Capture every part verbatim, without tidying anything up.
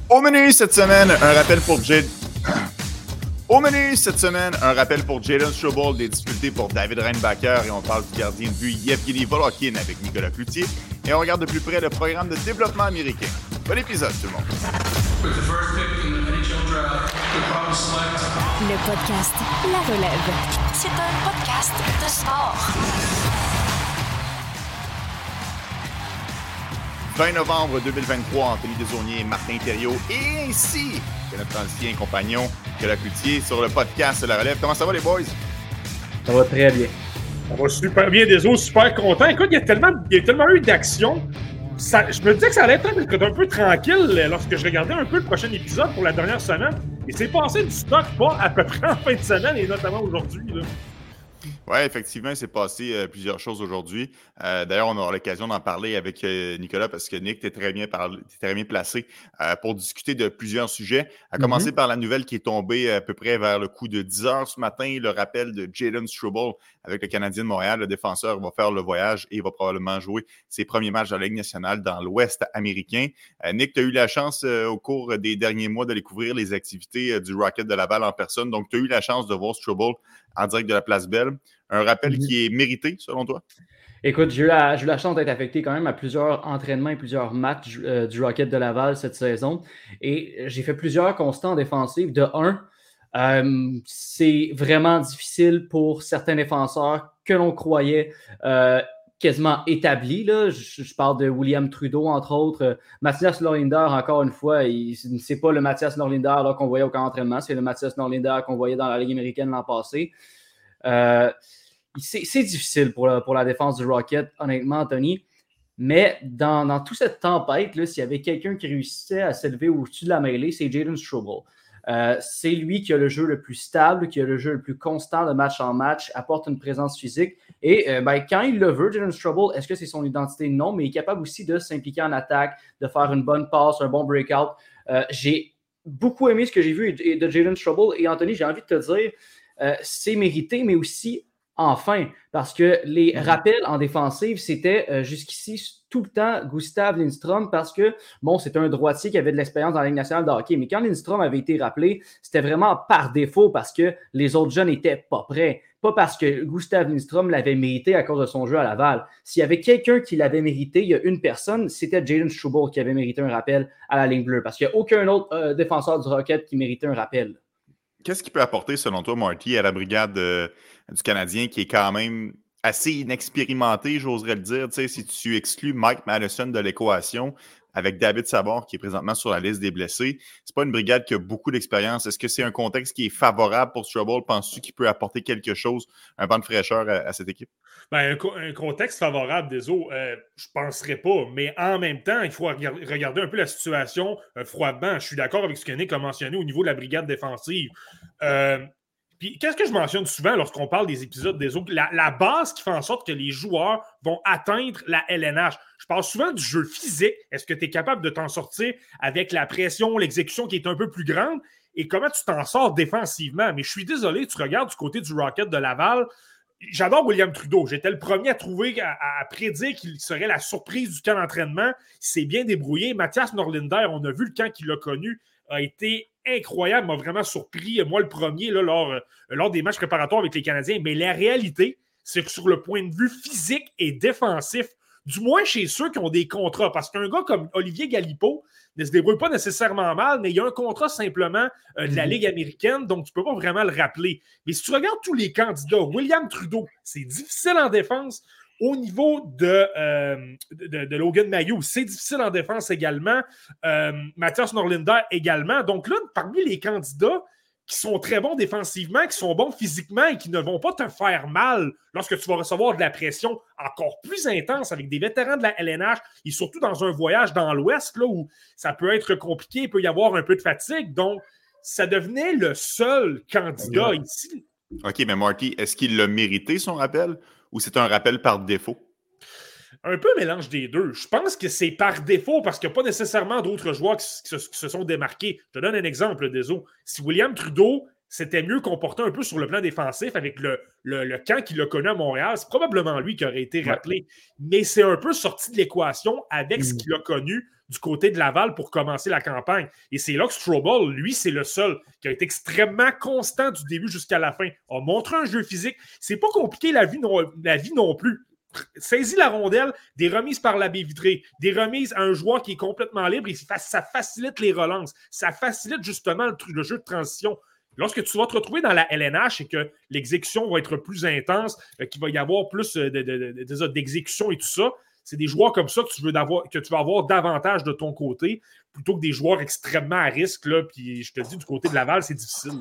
Au menu cette semaine, un rappel pour Jade. Au menu cette semaine, un rappel pour Jalen Strobel, des difficultés pour David Reinbacher et on parle du gardien de but Yevgeny Volokhin avec Nicolas Cloutier et on regarde de plus près le programme de développement américain. Bon épisode tout le monde. Le podcast La Relève. C'est un podcast de sport. vingt novembre deux mille vingt-trois, Anthony Desaulniers, Martin Thériault et ainsi que notre ancien compagnon Nicolas Cloutier sur le podcast La Relève. Comment ça va les boys? Ça va très bien. Ça va super bien, Deso, super content. Écoute, il y a tellement, il y a tellement eu d'action. Ça, je me disais que ça allait être un peu tranquille lorsque je regardais un peu le prochain épisode pour la dernière semaine. Et c'est passé du stock pas à peu près en fin de semaine et notamment aujourd'hui. Là. Oui, effectivement, il s'est passé euh, plusieurs choses aujourd'hui. Euh, d'ailleurs, on aura l'occasion d'en parler avec euh, Nicolas parce que Nick, tu es très bien, parlé, t'es très bien placé euh, pour discuter de plusieurs sujets. À mm-hmm. commencer par la nouvelle qui est tombée à peu près vers le coup de dix heures ce matin, le rappel de Jalen Strobel avec le Canadien de Montréal. Le défenseur va faire le voyage et va probablement jouer ses premiers matchs dans la Ligue nationale dans l'Ouest américain. Euh, Nick, tu as eu la chance euh, au cours des derniers mois de découvrir les activités euh, du Rocket de Laval en personne. Donc, tu as eu la chance de voir Strobel en direct de la Place Belle. Un rappel mm-hmm. qui est mérité, selon toi? Écoute, j'ai eu la, j'ai eu la chance d'être affecté quand même à plusieurs entraînements et plusieurs matchs euh, du Rocket de Laval cette saison. Et j'ai fait plusieurs constats en défensive. De un, euh, c'est vraiment difficile pour certains défenseurs que l'on croyait euh, quasiment établis. Là. Je, je parle de William Trudeau, entre autres. Euh, Mathias Norlinder, encore une fois, il, c'est pas le Mathias Norlinder là, qu'on voyait au camp d'entraînement. C'est le Mathias Norlinder qu'on voyait dans la Ligue américaine l'an passé. Euh, c'est, c'est difficile pour la, pour la défense du Rocket, honnêtement, Anthony. Mais dans, dans toute cette tempête, là, s'il y avait quelqu'un qui réussissait à s'élever au-dessus de la mêlée, c'est Jalen Strobel. Euh, c'est lui qui a le jeu le plus stable, qui a le jeu le plus constant de match en match, apporte une présence physique. Et euh, ben, quand il le veut, Jalen Strobel, est-ce que c'est son identité? Non, mais il est capable aussi de s'impliquer en attaque, de faire une bonne passe, un bon breakout. Euh, j'ai beaucoup aimé ce que j'ai vu de Jalen Strobel. Et Anthony, j'ai envie de te dire, euh, c'est mérité, mais aussi enfin, parce que les mmh. rappels en défensive, c'était euh, jusqu'ici tout le temps Gustav Lindstrom parce que, bon, c'était un droitier qui avait de l'expérience dans la Ligue nationale de hockey. Mais quand Lindstrom avait été rappelé, c'était vraiment par défaut parce que les autres jeunes n'étaient pas prêts. Pas parce que Gustav Lindstrom l'avait mérité à cause de son jeu à Laval. S'il y avait quelqu'un qui l'avait mérité, il y a une personne, c'était Jalen Strobel qui avait mérité un rappel à la ligne bleue parce qu'il n'y a aucun autre euh, défenseur du Rocket qui méritait un rappel. Qu'est-ce qui peut apporter, selon toi, Marty, à la brigade euh, du Canadien qui est quand même assez inexpérimentée, j'oserais le dire. Tu sais, si tu exclus Mike Madison de l'équation avec David Savard qui est présentement sur la liste des blessés, c'est pas une brigade qui a beaucoup d'expérience. Est-ce que c'est un contexte qui est favorable pour Strobel? Penses-tu qu'il peut apporter quelque chose, un vent de fraîcheur à, à cette équipe? Ben, un, co- un contexte favorable, désolé, euh, je ne penserais pas. Mais en même temps, il faut regarder, regarder un peu la situation euh, froidement. Je suis d'accord avec ce que Nick a mentionné au niveau de la brigade défensive. Euh, Puis, qu'est-ce que je mentionne souvent lorsqu'on parle des épisodes des autres? La, la base qui fait en sorte que les joueurs vont atteindre la L N H. Je parle souvent du jeu physique. Est-ce que tu es capable de t'en sortir avec la pression, l'exécution qui est un peu plus grande? Et comment tu t'en sors défensivement? Mais je suis désolé, tu regardes du côté du Rocket de Laval. J'adore William Trudeau. J'étais le premier à trouver, à, à prédire qu'il serait la surprise du camp d'entraînement. Il s'est bien débrouillé. Mathias Norlinder, on a vu le camp qu'il a connu, a été incroyable, m'a vraiment surpris. Moi, le premier, là, lors, euh, lors des matchs préparatoires avec les Canadiens. Mais la réalité, c'est que sur le point de vue physique et défensif, du moins chez ceux qui ont des contrats, parce qu'un gars comme Olivier Galipeau ne se débrouille pas nécessairement mal, mais il y a un contrat simplement euh, de la Ligue américaine, donc tu ne peux pas vraiment le rappeler. Mais si tu regardes tous les candidats, William Trudeau, c'est difficile en défense. Au niveau de, euh, de, de Logan Mailloux, c'est difficile en défense également. Euh, Mathias Norlinder également. Donc là, parmi les candidats qui sont très bons défensivement, qui sont bons physiquement et qui ne vont pas te faire mal lorsque tu vas recevoir de la pression encore plus intense avec des vétérans de la L N H et surtout dans un voyage dans l'Ouest là, où ça peut être compliqué, il peut y avoir un peu de fatigue. Donc, ça devenait le seul candidat ouais. ici. OK, mais Marty, est-ce qu'il l'a mérité son rappel ou c'est un rappel par défaut? Un peu mélange des deux. Je pense que c'est par défaut parce qu'il n'y a pas nécessairement d'autres joueurs qui se, qui se sont démarqués. Je te donne un exemple, désolé. Si William Trudeau s'était mieux comporté un peu sur le plan défensif avec le, le, le camp qu'il a connu à Montréal. C'est probablement lui qui aurait été rappelé. Ouais. Mais c'est un peu sorti de l'équation avec mmh. ce qu'il a connu du côté de Laval pour commencer la campagne. Et c'est là que Strobel, lui, c'est le seul qui a été extrêmement constant du début jusqu'à la fin. A montré un jeu physique. C'est pas compliqué la vie non, la vie non plus. Saisis la rondelle, des remises par la baie vitrée, des remises à un joueur qui est complètement libre et ça facilite les relances. Ça facilite justement le, le jeu de transition. Lorsque tu vas te retrouver dans la L N H et que l'exécution va être plus intense, euh, qu'il va y avoir plus euh, de, de, de, de, d'exécution et tout ça, c'est des joueurs comme ça que tu veux d'avoir, que tu vas avoir davantage de ton côté plutôt que des joueurs extrêmement à risque. Là, puis je te dis, du côté de Laval, c'est difficile.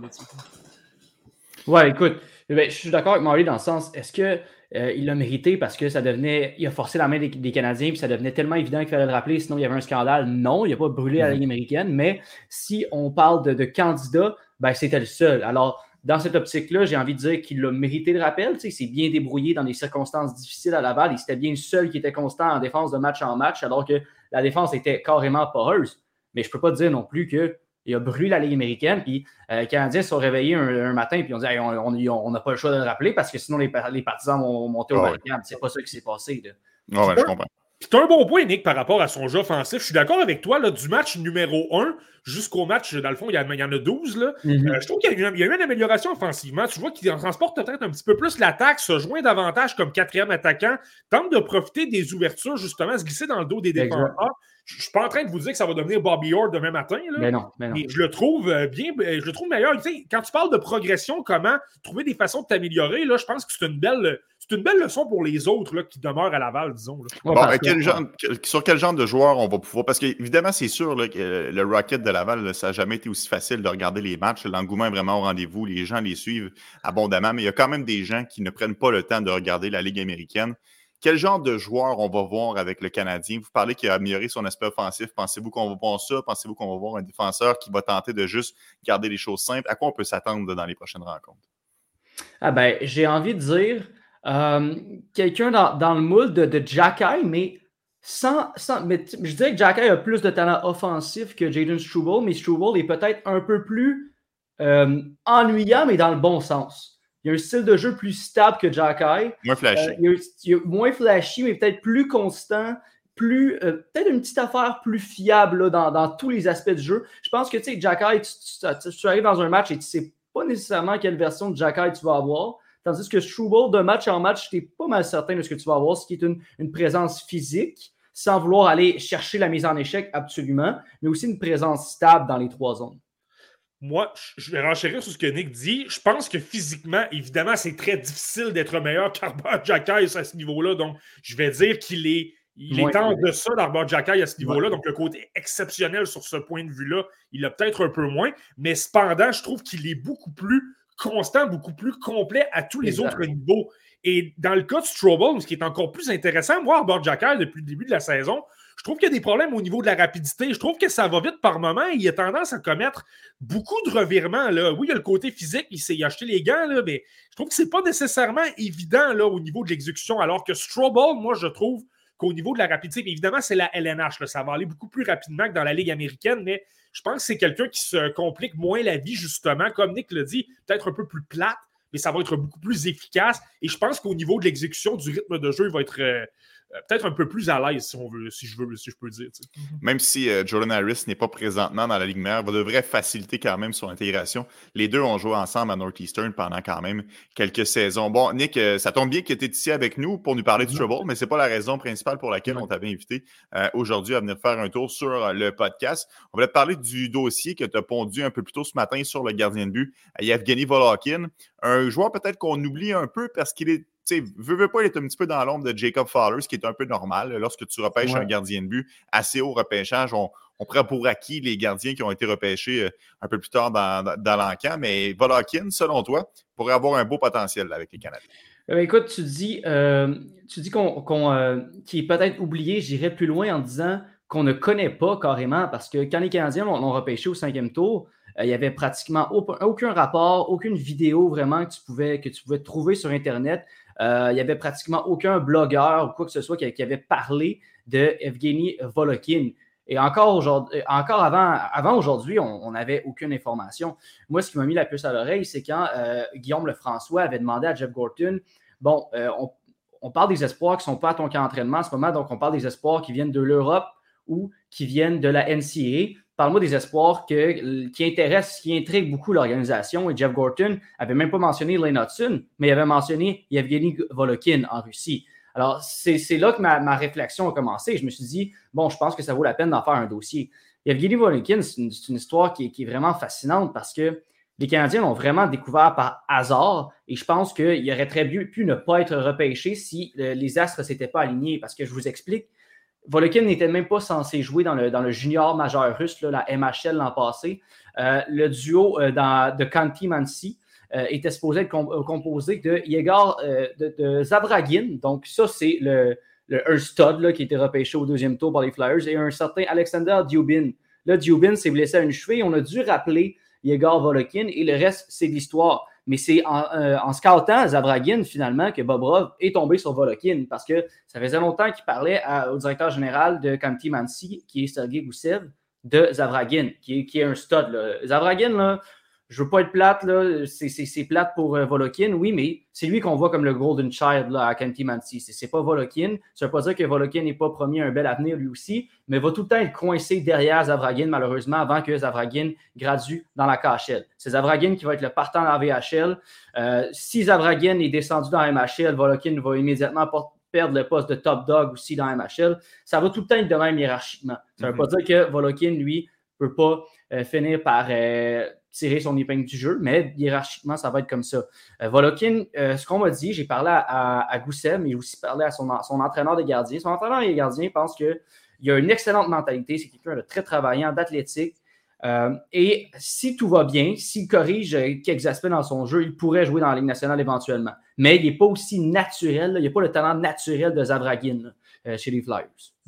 Oui, écoute, ben, je suis d'accord avec Marley dans le sens, est-ce qu'il euh, l'a mérité parce que ça devenait, il a forcé la main des, des Canadiens puis ça devenait tellement évident qu'il fallait le rappeler, sinon il y avait un scandale? Non, il n'a pas brûlé la Ligue américaine, mais si on parle de, de candidats, ben, c'était le seul. Alors, dans cette optique-là, j'ai envie de dire qu'il a mérité le rappel. Tu sais, il s'est bien débrouillé dans des circonstances difficiles à Laval. Il c'était bien le seul qui était constant en défense de match en match, alors que la défense était carrément poreuse. Mais je ne peux pas dire non plus qu'il a brûlé la Ligue américaine. Puis euh, les Canadiens se sont réveillés un, un matin et ils ont dit hey, on n'a pas le choix de le rappeler parce que sinon les, les partisans vont monter au barricade. C'est pas ça qui s'est passé. Là. Ouais, je comprends. C'est un bon point, Nick, par rapport à son jeu offensif. Je suis d'accord avec toi, là, du match numéro un jusqu'au match, dans le fond, il y, a, il y en a douze. Là. Mm-hmm. Euh, je trouve qu'il y a, eu, il y a eu une amélioration offensivement. Tu vois qu'il transporte peut-être un petit peu plus l'attaque, se joint davantage comme quatrième attaquant, tente de profiter des ouvertures, justement, se glisser dans le dos des défenseurs. Je ne suis pas en train de vous dire que ça va devenir Bobby Orr demain matin. Là, mais non, mais non. Mais je le trouve bien, je le trouve meilleur. Tu sais, quand tu parles de progression, comment trouver des façons de t'améliorer, là, je pense que c'est une belle... C'est une belle leçon pour les autres là, qui demeurent à Laval, disons. Là. Bon, bon, quel genre, sur quel genre de joueur on va pouvoir... Parce qu'évidemment, c'est sûr là, que le Rocket de Laval, là, ça n'a jamais été aussi facile de regarder les matchs. L'engouement est vraiment au rendez-vous. Les gens les suivent abondamment. Mais il y a quand même des gens qui ne prennent pas le temps de regarder la Ligue américaine. Quel genre de joueur on va voir avec le Canadien? Vous parlez qu'il a amélioré son aspect offensif. Pensez-vous qu'on va voir ça? Pensez-vous qu'on va voir un défenseur qui va tenter de juste garder les choses simples? À quoi on peut s'attendre dans les prochaines rencontres? Ah ben, j'ai envie de dire... Euh, quelqu'un dans, dans le moule de, de Jacky, mais sans, sans mais je dirais que Jacky a plus de talent offensif que Jayden Struble, mais Struble est peut-être un peu plus euh, ennuyant, mais dans le bon sens. Il y a un style de jeu plus stable que Jacky. Moins flashy. Euh, il, y a, il y a moins flashy, mais peut-être plus constant, plus euh, peut-être une petite affaire plus fiable là, dans, dans tous les aspects du jeu. Je pense que tu sais, Jacky, tu, tu, tu, tu arrives dans un match et tu ne sais pas nécessairement quelle version de Jacky tu vas avoir. Tandis que Struble, de match en match, tu n'es pas mal certain de ce que tu vas avoir, ce qui est une, une présence physique, sans vouloir aller chercher la mise en échec absolument, mais aussi une présence stable dans les trois zones. Moi, je vais renchérir sur ce que Nick dit. Je pense que physiquement, évidemment, c'est très difficile d'être meilleur qu'Arbor Xhekaj à ce niveau-là. Donc, je vais dire qu'il est, il est en deçà d'Arbor Xhekaj à ce niveau-là. Ouais. Donc, le côté exceptionnel sur ce point de vue-là, il a peut-être un peu moins. Mais cependant, je trouve qu'il est beaucoup plus constant, beaucoup plus complet à tous les exact. Autres niveaux. Et dans le cas de Strobel, ce qui est encore plus intéressant, moi, Arbor Xhekaj, depuis le début de la saison, je trouve qu'il y a des problèmes au niveau de la rapidité. Je trouve que ça va vite par moment. Il a tendance à commettre beaucoup de revirements. Là. Oui, il y a le côté physique, il s'est acheté les gants, là, mais je trouve que ce n'est pas nécessairement évident là, au niveau de l'exécution, alors que Strobel, moi, je trouve qu'au niveau de la rapidité, évidemment, c'est la L N H. Là, ça va aller beaucoup plus rapidement que dans la Ligue américaine, mais je pense que c'est quelqu'un qui se complique moins la vie, justement. Comme Nick l'a dit, peut-être un peu plus plate, mais ça va être beaucoup plus efficace. Et je pense qu'au niveau de l'exécution, du rythme de jeu, il va être euh, peut-être un peu plus à l'aise, si on veut, si je veux, si je peux dire. Tu sais. Même si euh, Jordan Harris n'est pas présentement dans la Ligue majeure, va devrait faciliter quand même son intégration. Les deux ont joué ensemble à Northeastern pendant quand même quelques saisons. Bon, Nick, euh, ça tombe bien que tu es ici avec nous pour nous parler du Trouble, mais ce n'est pas la raison principale pour laquelle on t'avait invité euh, aujourd'hui à venir faire un tour sur euh, le podcast. On voulait te parler du dossier que tu as pondu un peu plus tôt ce matin sur le gardien de but, Yevgeny Volokhin. Un joueur peut-être qu'on oublie un peu parce qu'il est, tu sais, veut, veut pas, il est un petit peu dans l'ombre de Jacob Fowler, ce qui est un peu normal. Lorsque tu repêches ouais. un gardien de but assez haut repêchage, on, on prend pour acquis les gardiens qui ont été repêchés un peu plus tard dans, dans, dans l'encan. Mais Volokhin, selon toi, pourrait avoir un beau potentiel avec les Canadiens. Euh, écoute, tu dis, euh, tu dis qu'on, qu'on, euh, qu'il est peut-être oublié, j'irais plus loin en disant qu'on ne connaît pas carrément, parce que quand les Canadiens l'ont, l'ont repêché au cinquième tour, il n'y avait pratiquement aucun rapport, aucune vidéo vraiment que tu pouvais, que tu pouvais trouver sur Internet. Euh, il n'y avait pratiquement aucun blogueur ou quoi que ce soit qui, qui avait parlé de Yevgeny Volokhin. Et encore, aujourd'hui, encore avant, avant aujourd'hui, on n'avait aucune information. Moi, ce qui m'a mis la puce à l'oreille, c'est quand euh, Guillaume Lefrançois avait demandé à Jeff Gorton, bon, euh, on, on parle des espoirs qui ne sont pas à ton camp d'entraînement en ce moment, donc on parle des espoirs qui viennent de l'Europe ou qui viennent de la N C A A. Parle-moi des espoirs que, qui intéressent, qui intriguent beaucoup l'organisation. Et Jeff Gorton n'avait même pas mentionné Lane Hudson, mais il avait mentionné Yevgeny Volokin en Russie. Alors, c'est, c'est là que ma, ma réflexion a commencé. Je me suis dit, bon, je pense que ça vaut la peine d'en faire un dossier. Yevgeny Volokin, c'est une, c'est une histoire qui est, qui est vraiment fascinante parce que les Canadiens l'ont vraiment découvert par hasard et je pense qu'il aurait très bien pu ne pas être repêché si le, les astres ne s'étaient pas alignés. Parce que je vous explique, Volokin n'était même pas censé jouer dans le, dans le junior majeur russe, là, la M H L l'an passé. Euh, le duo euh, dans, de Khanty-Mansi euh, était supposé être com- composé de Yegor euh, de, de Zavragin. Donc ça, c'est le, le, un stud là, qui a été repêché au deuxième tour par les Flyers et un certain Alexander Dubin. Là, Dubin s'est blessé à une cheville. On a dû rappeler Yegor Volokin et le reste, c'est de l'histoire. Mais c'est en, euh, en scoutant Zavragin, finalement, que Bobrov est tombé sur Volokin parce que ça faisait longtemps qu'il parlait à, au directeur général de Khanty-Mansi, qui est Sergei Goussev, de Zavragin, qui est, qui est un stud. Là. Zavragin, là, je veux pas être plate, là, c'est, c'est, c'est plate pour euh, Volokin, oui, mais c'est lui qu'on voit comme le Golden Child là, à Khanty-Mansi. C'est, c'est pas Volokin. Ça veut pas dire que Volokin n'est pas promis un bel avenir lui aussi, mais va tout le temps être coincé derrière Zavragin, malheureusement, avant que Zavragin gradue dans la K H L. C'est Zavragin qui va être le partant dans la V H L. Euh, si Zavragin est descendu dans la M H L, Volokin va immédiatement porter perdre le poste de top dog aussi dans M H L. Ça va tout le temps être de même hiérarchiquement. Ça ne veut mm-hmm. pas dire que Volokin, lui, ne peut pas euh, finir par euh, tirer son épingle du jeu, mais hiérarchiquement, ça va être comme ça. Euh, Volokin, euh, ce qu'on m'a dit, j'ai parlé à, à, à Goussev, mais j'ai aussi parlé à son, son entraîneur des gardiens. Son entraîneur des gardiens pense qu'il a une excellente mentalité, c'est quelqu'un de très travaillant, d'athlétique. Euh, et si tout va bien, s'il corrige quelques aspects dans son jeu, il pourrait jouer dans la Ligue nationale éventuellement. Mais il n'est pas aussi naturel, là, il n'y a pas le talent naturel de Zavragin là, euh, chez les Flyers.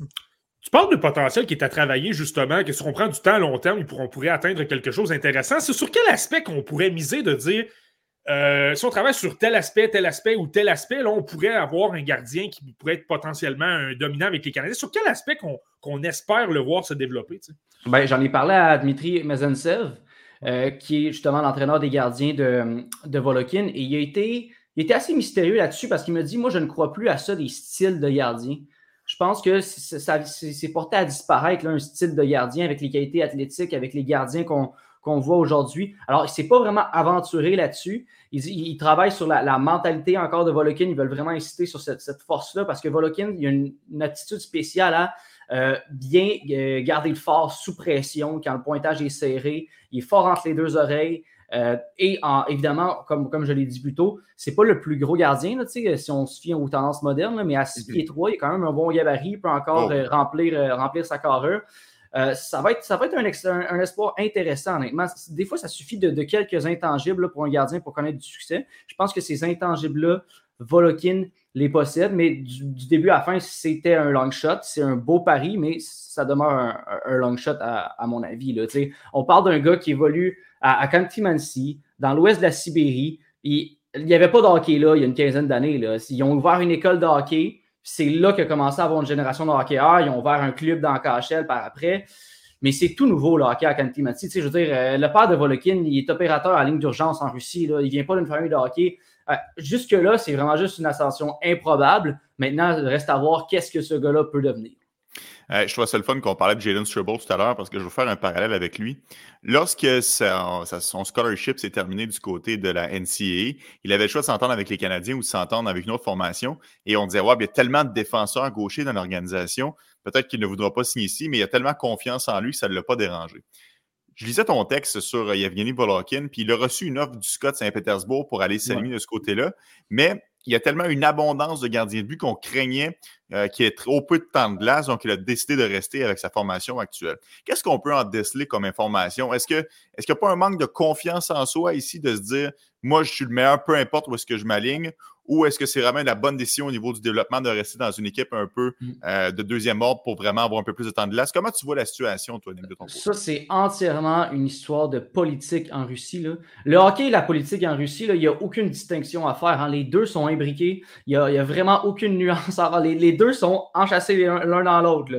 Tu parles de potentiel qui est à travailler justement, que si on prend du temps à long terme, on pourrait atteindre quelque chose d'intéressant. C'est sur quel aspect qu'on pourrait miser de dire euh, si on travaille sur tel aspect, tel aspect ou tel aspect, là, on pourrait avoir un gardien qui pourrait être potentiellement un dominant avec les Canadiens. Sur quel aspect qu'on, qu'on espère le voir se développer? Tu sais? Ben, j'en ai parlé à Dmitri Mezentsev, euh, qui est justement l'entraîneur des gardiens de, de Volokin, et il a été, il était assez mystérieux là-dessus parce qu'il me dit, moi, je ne crois plus à ça des styles de gardiens. Je pense que c'est, ça, c'est, c'est porté à disparaître, là, un style de gardien avec les qualités athlétiques, avec les gardiens qu'on, qu'on voit aujourd'hui. Alors, il ne s'est pas vraiment aventuré là-dessus. Il, il travaille sur la, la mentalité encore de Volokin. Ils veulent vraiment insister sur cette, cette force-là parce que Volokin, il a une, une attitude spéciale à euh, bien euh, garder le fort sous pression quand le pointage est serré. Il est fort entre les deux oreilles. Euh, et en, évidemment, comme, comme je l'ai dit plus tôt, c'est pas le plus gros gardien, là, si on se fie aux tendances modernes, là, mais à six pieds trois, il a quand même un bon gabarit, il peut encore oh. euh, remplir, euh, remplir sa carrure. Euh, ça va être, ça va être un, ex, un, un espoir intéressant, honnêtement. Des fois, ça suffit de, de quelques intangibles là, pour un gardien pour connaître du succès. Je pense que ces intangibles-là, Volokin les possède, mais du, du début à la fin, c'était un long shot. C'est un beau pari, mais ça demeure un, un long shot à, à mon avis. Là, on parle d'un gars qui évolue à, à Khanty-Mansi, dans l'ouest de la Sibérie. Il n'y avait pas de hockey là il y a une quinzaine d'années. Là. Ils ont ouvert une école de hockey. C'est là qu'a commencé à avoir une génération de hockeyeurs. Ils ont ouvert un club dans K H L par après. Mais c'est tout nouveau, le hockey à Khanty-Mansi. Tu sais, je veux dire, euh, le père de Volokin, il est opérateur à ligne d'urgence en Russie. Là. Il ne vient pas d'une famille de hockey. Euh, jusque-là, c'est vraiment juste une ascension improbable. Maintenant, il reste à voir qu'est-ce que ce gars-là peut devenir. Euh, je trouve ça le fun qu'on parlait de Jalen Struble tout à l'heure parce que je veux faire un parallèle avec lui. Lorsque sa, sa, son scholarship s'est terminé du côté de la N C A A, il avait le choix de s'entendre avec les Canadiens ou de s'entendre avec une autre formation. Et on disait, ouais, il y a tellement de défenseurs gauchers dans l'organisation, peut-être qu'il ne voudra pas signer ici, mais il a tellement confiance en lui que ça ne l'a pas dérangé. Je lisais ton texte sur Yevgeny Volokin, puis il a reçu une offre du S C O T Saint-Pétersbourg pour aller s'aligner ouais. de ce côté-là, mais il y a tellement une abondance de gardiens de but qu'on craignait euh, qu'il y ait trop peu de temps de glace, donc il a décidé de rester avec sa formation actuelle. Qu'est-ce qu'on peut en déceler comme information? Est-ce que est-ce qu'il n'y a pas un manque de confiance en soi ici de se dire « moi, je suis le meilleur, peu importe où est-ce que je m'aligne » ou est-ce que c'est vraiment la bonne décision au niveau du développement de rester dans une équipe un peu euh, de deuxième ordre pour vraiment avoir un peu plus de temps de glace? Comment tu vois la situation, toi, Nick, de ton côté? Ça, c'est entièrement une histoire de politique en Russie. Là. Le hockey et la politique en Russie, là, il n'y a aucune distinction à faire. Hein. Les deux sont imbriqués. Il n'y a, a vraiment aucune nuance. Alors, les, les deux sont enchâssés l'un, l'un dans l'autre. Là.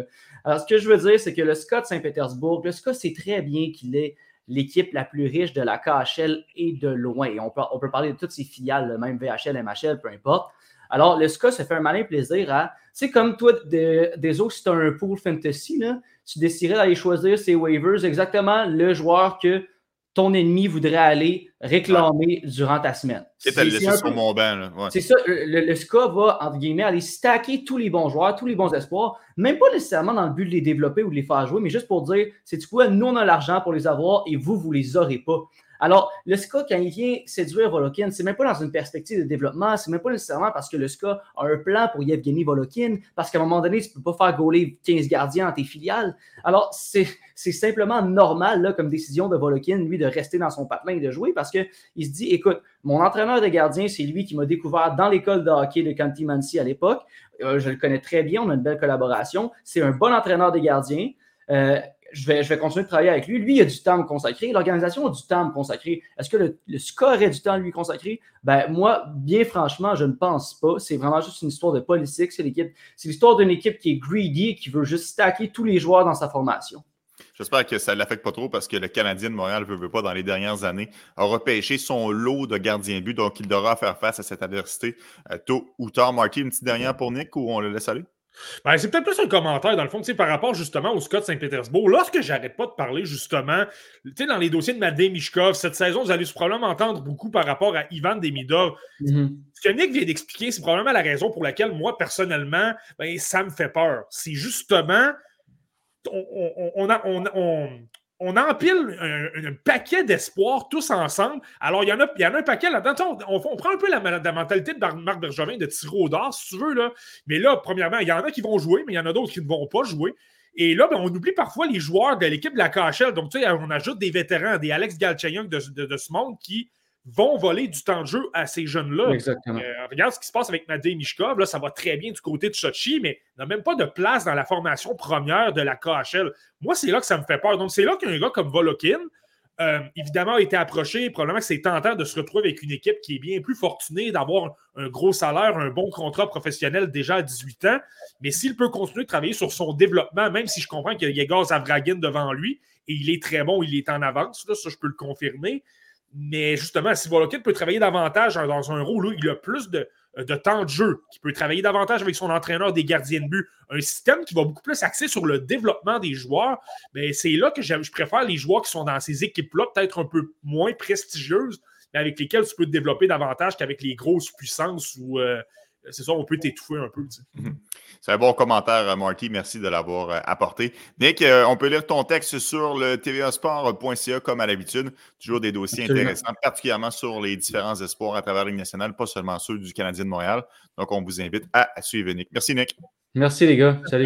Alors, ce que je veux dire, c'est que le S K A de Saint-Pétersbourg, le S K A sait très bien qu'il est l'équipe la plus riche de la K H L et de loin. Et on peut, on peut parler de toutes ses filiales, même V H L, M H L, peu importe. Alors, le S K A se fait un malin plaisir à... C'est comme toi, de, des autres, si tu as un pool fantasy, là, tu déciderais d'aller choisir ses waivers exactement le joueur que ton ennemi voudrait aller réclamer ouais. durant ta semaine. C'est, c'est, c'est sur peu, mon banc. Là. Ouais. C'est ça. Le, le S K A va, entre guillemets, aller stacker tous les bons joueurs, tous les bons espoirs, même pas nécessairement dans le but de les développer ou de les faire jouer, mais juste pour dire, c'est quoi, nous, on a l'argent pour les avoir et vous, vous les aurez pas. Alors, le S K A, quand il vient séduire Volokin, c'est même pas dans une perspective de développement, c'est même pas nécessairement parce que le S K A a un plan pour Yevgeny Volokin, parce qu'à un moment donné, tu peux pas faire gauler quinze gardiens dans tes filiales. Alors, c'est, c'est simplement normal, là, comme décision de Volokin, lui, de rester dans son patelin et de jouer, parce qu'il se dit, écoute, mon entraîneur de gardien, c'est lui qui m'a découvert dans l'école de hockey de Canty Mancy à l'époque. Euh, je le connais très bien, on a une belle collaboration. C'est un bon entraîneur de gardien. Euh, Je vais, je vais continuer de travailler avec lui. Lui, il a du temps à me consacrer. L'organisation a du temps à me consacrer. Est-ce que le, le S K A aurait du temps à lui consacrer? Ben, moi, bien franchement, je ne pense pas. C'est vraiment juste une histoire de politique. C'est, l'équipe, c'est l'histoire d'une équipe qui est greedy et qui veut juste stacker tous les joueurs dans sa formation. J'espère que ça ne l'affecte pas trop parce que le Canadien de Montréal ne veut, veut pas, dans les dernières années, a repêché son lot de gardiens but. Donc, il devra faire face à cette adversité euh, tôt ou tard. Marty, une petite dernière pour Nick ou on le laisse aller? Ben, c'est peut-être plus un commentaire, dans le fond, par rapport justement au S K A de Saint-Pétersbourg. Lorsque j'arrête pas de parler justement, dans les dossiers de Madej Michkov, cette saison, vous allez probablement entendre beaucoup par rapport à Ivan Demidov. Mm-hmm. Ce que Nick vient d'expliquer, c'est probablement la raison pour laquelle moi, personnellement, ben, ça me fait peur. C'est justement, on, on, on, a, on, on, on empile un, un paquet d'espoirs tous ensemble. Alors, il y en a, il y en a un paquet là-dedans. On, on prend un peu la, la mentalité de Marc Bergevin de tirer au dard, si tu veux. Là. Mais là, premièrement, il y en a qui vont jouer, mais il y en a d'autres qui ne vont pas jouer. Et là, ben, on oublie parfois les joueurs de l'équipe de la K H L. Donc, tu sais, on ajoute des vétérans, des Alex Galchenyuk de, de, de ce monde qui vont voler du temps de jeu à ces jeunes-là. Exactement. Euh, regarde ce qui se passe avec Madej Michkov. Là, ça va très bien du côté de Sochi, mais n'a même pas de place dans la formation première de la K H L. Moi, c'est là que ça me fait peur. Donc, c'est là qu'un gars comme Volokin, euh, évidemment, a été approché. Probablement que c'est tentant de se retrouver avec une équipe qui est bien plus fortunée, d'avoir un gros salaire, un bon contrat professionnel déjà à dix-huit ans. Mais s'il peut continuer de travailler sur son développement, même si je comprends qu'il y a Yegor Zavragin devant lui, et il est très bon, il est en avance, là, ça, je peux le confirmer. Mais justement, si Volokin peut travailler davantage dans un rôle où il a plus de, de temps de jeu, qui peut travailler davantage avec son entraîneur des gardiens de but, un système qui va beaucoup plus axer sur le développement des joueurs, bien, c'est là que je préfère les joueurs qui sont dans ces équipes-là, peut-être un peu moins prestigieuses, mais avec lesquelles tu peux te développer davantage qu'avec les grosses puissances où euh, c'est ça, on peut t'étouffer un peu. Tu sais. Mm-hmm. C'est un bon commentaire, Marty. Merci de l'avoir euh, apporté. Nick, euh, on peut lire ton texte sur le T V A sport point C A comme à l'habitude. Toujours des dossiers Absolument. Intéressants, particulièrement sur les différents espoirs à travers la Ligue nationale, pas seulement ceux du Canadien de Montréal. Donc, on vous invite à suivre Nick. Merci, Nick. Merci, les gars. Salut.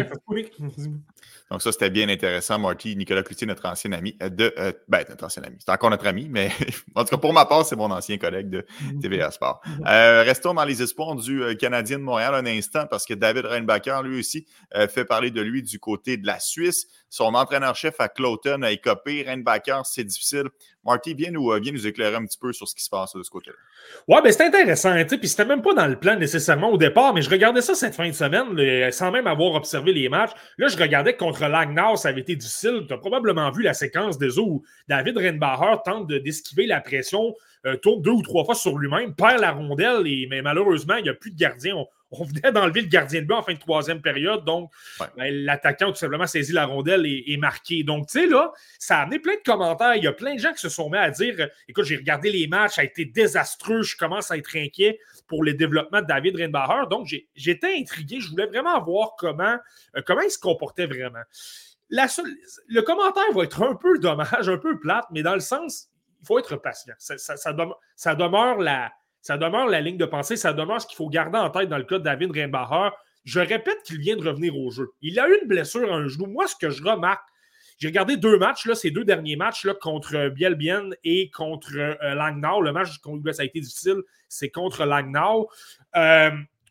Donc, ça, c'était bien intéressant, Marty. Nicolas Cloutier, notre ancien ami de... Euh, ben, notre ancien ami. C'est encore notre ami, mais en tout cas, pour ma part, c'est mon ancien collègue de T V A Sport. Euh, restons dans les espoirs du euh, Canadien de Montréal un instant, parce que David Reinbacher, lui aussi, euh, fait parler de lui du côté de la Suisse. Son entraîneur-chef à Cloton a écopé. Reinbacher, c'est difficile. Marty, viens nous, euh, viens nous éclairer un petit peu sur ce qui se passe de ce côté-là. Ouais, ben c'est intéressant, tu sais, puis c'était même pas dans le plan nécessairement au départ, mais je regardais ça cette fin de semaine, là, sans même avoir observé les matchs. Là, je regardais que contre Langnau, ça avait été difficile. Tu as probablement vu la séquence des eaux où David Reinbacher tente de, d'esquiver la pression, euh, tourne deux ou trois fois sur lui-même, perd la rondelle, et, mais malheureusement, il n'y a plus de gardien. On, on venait d'enlever le gardien de but en fin de troisième période, donc ouais. ben, l'attaquant a tout simplement saisi la rondelle et, et marqué. Donc, tu sais, là, ça a amené plein de commentaires. Il y a plein de gens qui se sont mis à dire « Écoute, j'ai regardé les matchs, ça a été désastreux, je commence à être inquiet pour le développement de David Reinbacher. » Donc, j'ai, j'étais intrigué, je voulais vraiment voir comment, euh, comment il se comportait vraiment. La seule, le commentaire va être un peu dommage, un peu plate, mais dans le sens, il faut être patient. Ça, ça, ça, demeure, ça demeure la... Ça demeure la ligne de pensée, ça demeure ce qu'il faut garder en tête dans le cas de David Reinbacher. Je répète qu'il vient de revenir au jeu. Il a eu une blessure à un genou. Moi, ce que je remarque, j'ai regardé deux matchs, là, ces deux derniers matchs là, contre Bielbienne et contre euh, Langnau. Le match contre ça a été difficile, c'est contre Langnau. Euh,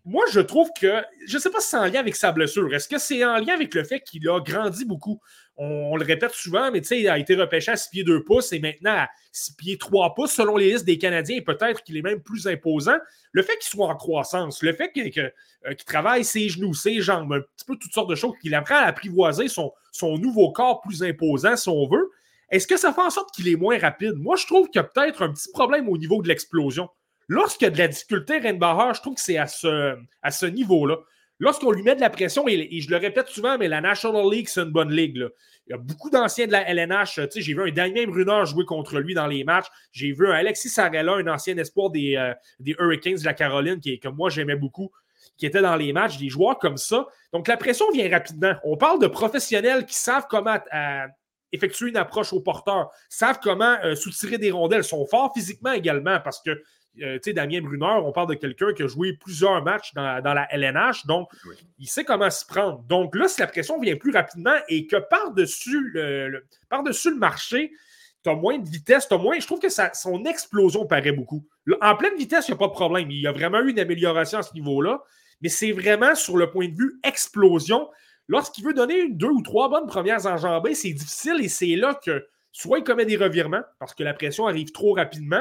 moi, je trouve que, je ne sais pas si c'est en lien avec sa blessure. Est-ce que c'est en lien avec le fait qu'il a grandi beaucoup? On, on le répète souvent, mais tu sais, il a été repêché à six pieds deux pouces et maintenant à six pieds trois pouces, selon les listes des Canadiens, et peut-être qu'il est même plus imposant. Le fait qu'il soit en croissance, le fait que, que, euh, qu'il travaille ses genoux, ses jambes, un petit peu toutes sortes de choses, qu'il apprend à apprivoiser son, son nouveau corps plus imposant, si on veut, est-ce que ça fait en sorte qu'il est moins rapide? Moi, je trouve qu'il y a peut-être un petit problème au niveau de l'explosion. Lorsqu'il y a de la difficulté, Reinbacher, je trouve que c'est à ce, à ce niveau-là. Lorsqu'on lui met de la pression, et, et je le répète souvent, mais la National League, c'est une bonne ligue. Là. Il y a beaucoup d'anciens de la L N H. J'ai vu un Damien Brunner jouer contre lui dans les matchs. J'ai vu un Alexis Sarella, un ancien espoir des, euh, des Hurricanes de la Caroline, qui, que moi j'aimais beaucoup, qui était dans les matchs, des joueurs comme ça. Donc la pression vient rapidement. On parle de professionnels qui savent comment euh, effectuer une approche au porteur, savent comment euh, soutirer des rondelles, sont forts physiquement également, parce que Euh, tu sais, Damien Brunner, on parle de quelqu'un qui a joué plusieurs matchs dans, dans la L N H, donc oui. Il sait comment s'y prendre. Donc là, si la pression vient plus rapidement et que par-dessus le, le, par-dessus le marché, tu as moins de vitesse, tu as moins. Je trouve que ça, son explosion paraît beaucoup. Là, en pleine vitesse, il n'y a pas de problème. Il y a vraiment eu une amélioration à ce niveau-là, mais c'est vraiment sur le point de vue explosion. Lorsqu'il veut donner une, deux ou trois bonnes premières enjambées, c'est difficile et c'est là que soit il commet des revirements parce que la pression arrive trop rapidement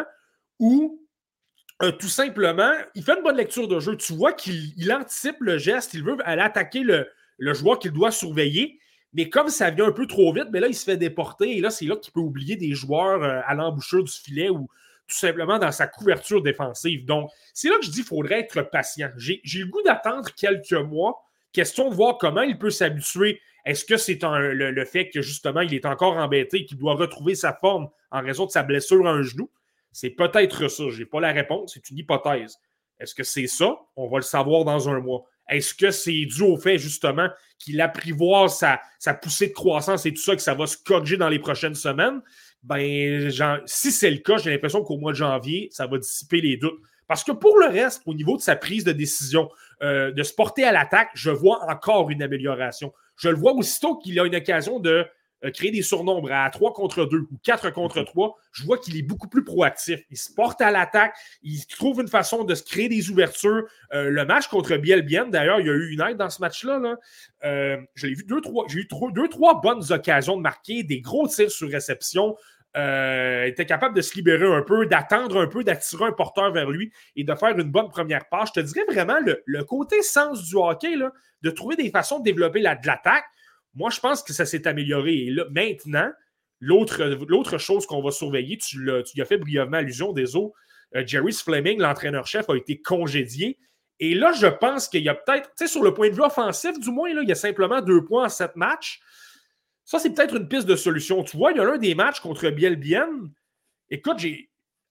ou Euh, tout simplement, il fait une bonne lecture de jeu. Tu vois qu'il il anticipe le geste, il veut aller attaquer le, le joueur qu'il doit surveiller, mais comme ça vient un peu trop vite, mais là, il se fait déporter et là, c'est là qu'il peut oublier des joueurs euh, à l'embouchure du filet ou tout simplement dans sa couverture défensive. Donc, c'est là que je dis qu'il faudrait être patient. J'ai, j'ai le goût d'attendre quelques mois, question de voir comment il peut s'habituer. Est-ce que c'est un, le, le fait que, justement, il est encore embêté et qu'il doit retrouver sa forme en raison de sa blessure à un genou? C'est peut-être ça. Je n'ai pas la réponse. C'est une hypothèse. Est-ce que c'est ça? On va le savoir dans un mois. Est-ce que c'est dû au fait, justement, qu'il apprivoise sa, sa poussée de croissance et tout ça, que ça va se corriger dans les prochaines semaines? Ben, genre, si c'est le cas, j'ai l'impression qu'au mois de janvier, ça va dissiper les doutes. Parce que pour le reste, au niveau de sa prise de décision, euh, de se porter à l'attaque, je vois encore une amélioration. Je le vois aussitôt qu'il a une occasion de créer des surnombres à trois contre deux ou quatre contre trois, je vois qu'il est beaucoup plus proactif. Il se porte à l'attaque, il trouve une façon de se créer des ouvertures. Euh, le match contre Bielbienne, d'ailleurs, il y a eu une aide dans ce match-là. Là. Euh, je l'ai vu deux, trois, j'ai eu trois, deux, trois bonnes occasions de marquer, des gros tirs sur réception. Euh, il était capable de se libérer un peu, d'attendre un peu, d'attirer un porteur vers lui et de faire une bonne première passe. Je te dirais vraiment le, le côté sens du hockey, là, de trouver des façons de développer la, de l'attaque. Moi, je pense que ça s'est amélioré. Et là, maintenant, l'autre, l'autre chose qu'on va surveiller, tu, l'as, tu y as fait brièvement allusion, désolé, euh, Jerry Fleming, l'entraîneur-chef, a été congédié. Et là, je pense qu'il y a peut-être, tu sais, sur le point de vue offensif, du moins, là, il y a simplement deux points en sept matchs. Ça, c'est peut-être une piste de solution. Tu vois, il y a l'un des matchs contre Bielbienne. Écoute, j'ai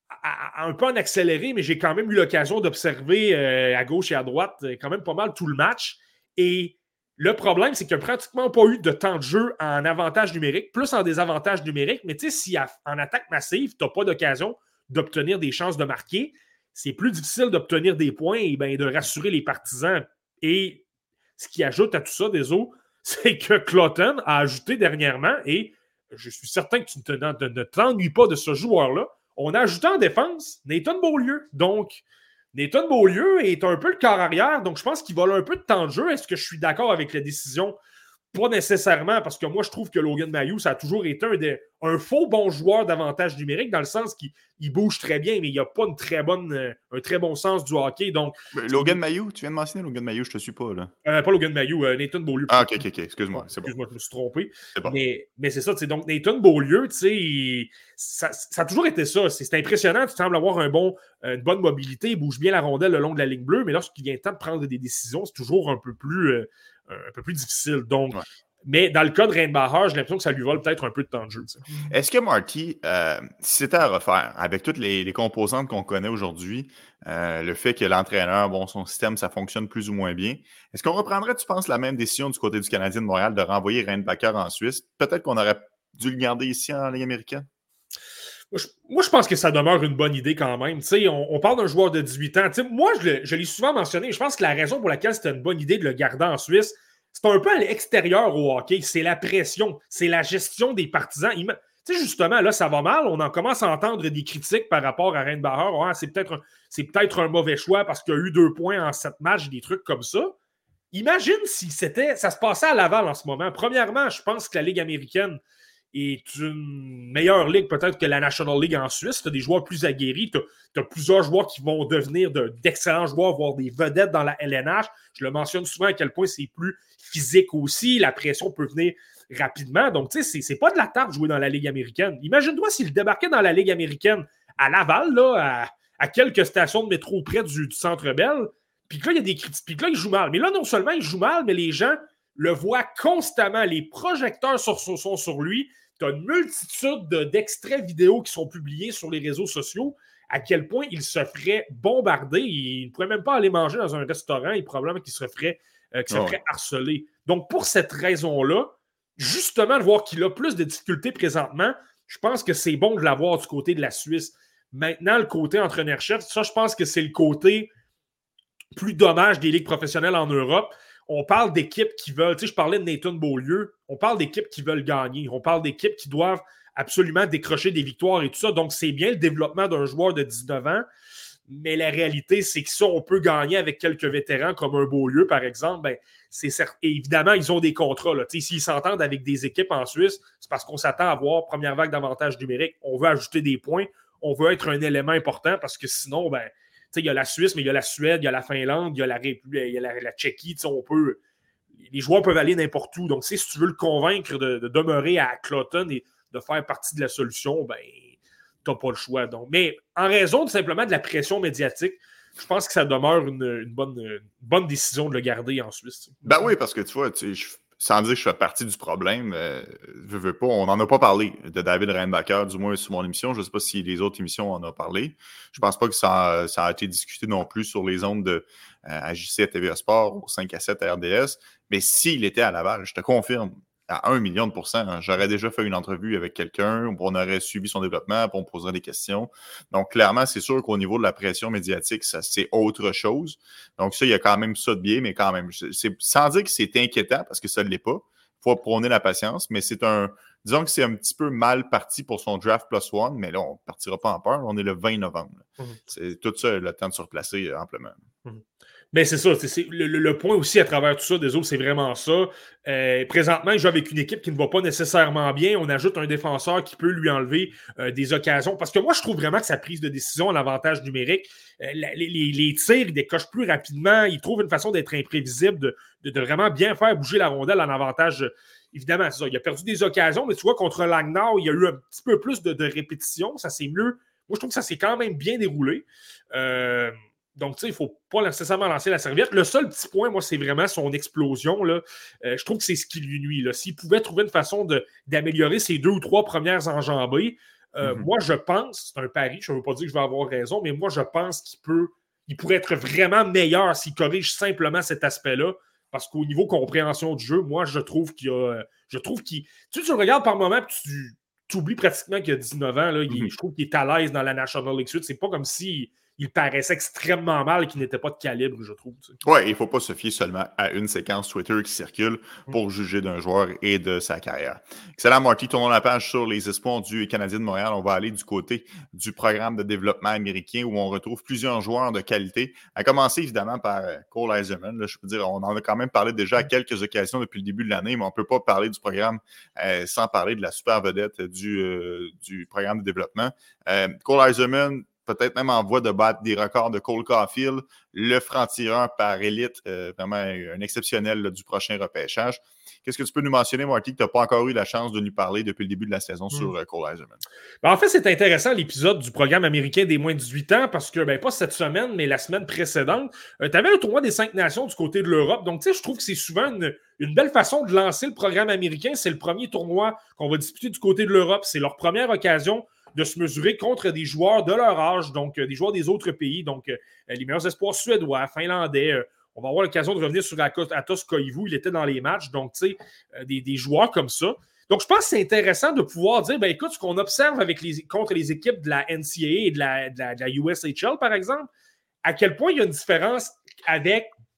à, à, un peu en accéléré, mais j'ai quand même eu l'occasion d'observer euh, à gauche et à droite quand même pas mal tout le match. Et le problème, c'est qu'il n'y a pratiquement pas eu de temps de jeu en avantage numérique, plus en désavantage numérique. Mais tu sais, si en attaque massive, tu n'as pas d'occasion d'obtenir des chances de marquer, c'est plus difficile d'obtenir des points et bien, de rassurer les partisans. Et ce qui ajoute à tout ça, désolé, c'est que Claughton a ajouté dernièrement, et je suis certain que tu ne, te, ne t'ennuies pas de ce joueur-là, on a ajouté en défense Nathan Beaulieu. Donc, Nathan Beaulieu est un peu le corps arrière, donc je pense qu'il vole un peu de temps de jeu. Est-ce que je suis d'accord avec la décision? Pas nécessairement, parce que moi, je trouve que Logan Mailloux, ça a toujours été un, des, un faux bon joueur d'avantage numérique, dans le sens qu'il il bouge très bien, mais il n'a pas une très bonne, euh, un très bon sens du hockey. Donc, Logan Mailloux, tu viens de mentionner Logan Mailloux, je te suis pas, là. Euh, pas Logan Mailloux, euh, Nathan Beaulieu. Ah, ok, ok, ok, excuse-moi, c'est excuse-moi, bon. je me suis trompé. C'est bon. Mais, mais c'est ça, donc Nathan Beaulieu, tu sais, ça, ça a toujours été ça. C'est, c'est impressionnant, tu sembles avoir un bon, une bonne mobilité, il bouge bien la rondelle le long de la ligne bleue, mais lorsqu'il vient le temps de prendre des décisions, c'est toujours un peu plus, euh, un peu plus difficile. Donc, ouais. Mais dans le cas de Reinbacher, j'ai l'impression que ça lui vole peut-être un peu de temps de jeu. T'sais. Est-ce que Marty, euh, si c'était à refaire, avec toutes les, les composantes qu'on connaît aujourd'hui, euh, le fait que l'entraîneur, bon, son système, ça fonctionne plus ou moins bien, est-ce qu'on reprendrait, tu penses, la même décision du côté du Canadien de Montréal de renvoyer Reinbacher en Suisse? Peut-être qu'on aurait dû le garder ici en Ligue américaine? Moi je, moi, je pense que ça demeure une bonne idée quand même. On, on parle d'un joueur de dix-huit ans. T'sais, moi, je, le, je l'ai souvent mentionné. Je pense que la raison pour laquelle c'était une bonne idée de le garder en Suisse, c'est un peu à l'extérieur au hockey. C'est la pression. C'est la gestion des partisans. Il, Tu sais, justement, là, ça va mal. On en commence à entendre des critiques par rapport à Reinbacher. Ah, c'est peut-être un, c'est peut-être un mauvais choix parce qu'il a eu deux points en sept matchs, des trucs comme ça. Imagine si c'était, ça se passait à Laval en ce moment. Premièrement, je pense que la Ligue américaine est une meilleure ligue peut-être que la National League en Suisse. Tu as des joueurs plus aguerris. Tu as plusieurs joueurs qui vont devenir de, d'excellents joueurs, voire des vedettes dans la L N H. Je le mentionne souvent à quel point c'est plus physique aussi. La pression peut venir rapidement. Donc, tu sais, c'est, c'est pas de la tarte jouer dans la Ligue américaine. Imagine-toi s'il débarquait dans la Ligue américaine à Laval, là, à, à quelques stations de métro près du, du Centre Bell, puis que là, il y a des critiques, puis que là, il joue mal. Mais là, non seulement il joue mal, mais les gens le voient constamment. Les projecteurs sont sur, sur, sur lui. Tu as une multitude de, d'extraits vidéo qui sont publiés sur les réseaux sociaux, à quel point il se ferait bombarder. Il ne pourrait même pas aller manger dans un restaurant. Il probablement qu'il se ferait, euh, qu'il se ferait oh. harceler. Donc, pour cette raison-là, justement, de voir qu'il a plus de difficultés présentement, je pense que c'est bon de l'avoir du côté de la Suisse. Maintenant, le côté entraîneur-chef, ça, je pense que c'est le côté plus dommage des ligues professionnelles en Europe. On parle d'équipes qui veulent, tu sais, je parlais de Nathan Beaulieu, on parle d'équipes qui veulent gagner, on parle d'équipes qui doivent absolument décrocher des victoires et tout ça. Donc, c'est bien le développement d'un joueur de dix-neuf ans, mais la réalité, c'est que ça, on peut gagner avec quelques vétérans comme un Beaulieu, par exemple. Ben, c'est certain. Et évidemment, ils ont des contrats. Là. S'ils s'entendent avec des équipes en Suisse, c'est parce qu'on s'attend à avoir première vague d'avantages numériques. On veut ajouter des points, on veut être un élément important parce que sinon, ben, il y a la Suisse, mais il y a la Suède, il y a la Finlande, il y a la, République, il y a la, la Tchéquie. On peut, les joueurs peuvent aller n'importe où. Donc, si tu veux le convaincre de, de demeurer à Clawton et de faire partie de la solution, ben, tu n'as pas le choix. Donc. Mais en raison de, simplement de la pression médiatique, je pense que ça demeure une, une, bonne, une bonne décision de le garder en Suisse. Ben oui, parce que tu vois, tu sais, je... sans dire que je fais partie du problème, euh, je veux pas, on n'en a pas parlé de David Reinbacher, du moins sur mon émission. Je ne sais pas si les autres émissions en ont parlé. Je ne pense pas que ça a, ça a été discuté non plus sur les ondes de euh, A J C à T V A Sport, au cinq à sept à R D S. Mais s'il était à Laval, je te confirme, à un million de pourcents, hein, j'aurais déjà fait une entrevue avec quelqu'un, on aurait suivi son développement, puis on poserait des questions. Donc, clairement, c'est sûr qu'au niveau de la pression médiatique, ça, c'est autre chose. Donc, ça, il y a quand même ça de biais, mais quand même, c'est, sans dire que c'est inquiétant, parce que ça ne l'est pas. Il faut prôner la patience, mais c'est un... Disons que c'est un petit peu mal parti pour son draft plus one, mais là, on ne partira pas en peur. On est le vingt novembre. Mm-hmm. C'est tout ça, le temps de se replacer amplement. Mm-hmm. Ben c'est ça, c'est, c'est le, le point aussi à travers tout ça, des autres, c'est vraiment ça. Euh, présentement, il joue avec une équipe qui ne va pas nécessairement bien. On ajoute un défenseur qui peut lui enlever euh, des occasions. Parce que moi, je trouve vraiment que sa prise de décision a l'avantage numérique. Euh, les, les, les tirs, il décoche plus rapidement. Il trouve une façon d'être imprévisible, de, de, de vraiment bien faire bouger la rondelle en avantage. Évidemment, c'est ça. Il a perdu des occasions, mais tu vois, contre Langnau, il y a eu un petit peu plus de, de répétitions. Ça s'est mieux. Moi, je trouve que ça s'est quand même bien déroulé. Euh, Donc, tu sais, il ne faut pas nécessairement lancer la serviette. Le seul petit point, moi, c'est vraiment son explosion. Là. Euh, je trouve que c'est ce qui lui nuit. Là. S'il pouvait trouver une façon de, d'améliorer ses deux ou trois premières enjambées, euh, mm-hmm. moi, je pense, c'est un pari, je ne veux pas dire que je vais avoir raison, mais moi, je pense qu'il peut, il pourrait être vraiment meilleur s'il corrige simplement cet aspect-là. Parce qu'au niveau compréhension du jeu, moi, je trouve qu'il y a. Je trouve qu'il. Tu sais, tu le regardes par moment et tu, tu oublies pratiquement qu'il a dix-neuf ans. Là, il, mm-hmm. Je trouve qu'il est à l'aise dans la National League Sud. C'est pas comme si. Il paraissait extrêmement mal et qu'il n'était pas de calibre, je trouve. Tu sais. Oui, il ne faut pas se fier seulement à une séquence Twitter qui circule pour mmh. juger d'un joueur et de sa carrière. Excellent, Marty. Tournons la page sur les espoirs du Canadien de Montréal. On va aller du côté du programme de développement américain où on retrouve plusieurs joueurs de qualité. À commencer évidemment par Cole Eiserman. Là, je peux dire, on en a quand même parlé déjà à quelques occasions depuis le début de l'année, mais on ne peut pas parler du programme euh, sans parler de la super vedette du, euh, du programme de développement. Euh, Cole Eiserman, peut-être même en voie de battre des records de Cole Caulfield, le franc-tireur par élite, euh, vraiment un exceptionnel là, du prochain repêchage. Qu'est-ce que tu peux nous mentionner, Marty, que tu n'as pas encore eu la chance de nous parler depuis le début de la saison mmh. sur euh, Cole Eiserman? Ben, en fait, c'est intéressant l'épisode du programme américain des moins de dix-huit ans parce que, ben, pas cette semaine, mais la semaine précédente, euh, tu avais le tournoi des cinq nations du côté de l'Europe. Donc, tu sais, je trouve que c'est souvent une, une belle façon de lancer le programme américain. C'est le premier tournoi qu'on va disputer du côté de l'Europe. C'est leur première occasion de se mesurer contre des joueurs de leur âge, donc euh, des joueurs des autres pays, donc euh, les meilleurs espoirs suédois, finlandais. Euh, on va avoir l'occasion de revenir sur Atos Koivu, il était dans les matchs, donc tu sais, euh, des, des joueurs comme ça. Donc je pense que c'est intéressant de pouvoir dire, ben écoute, ce qu'on observe avec les, contre les équipes de la N C A A et de la, de la, de la U S H L, par exemple, à quel point il y a une différence avec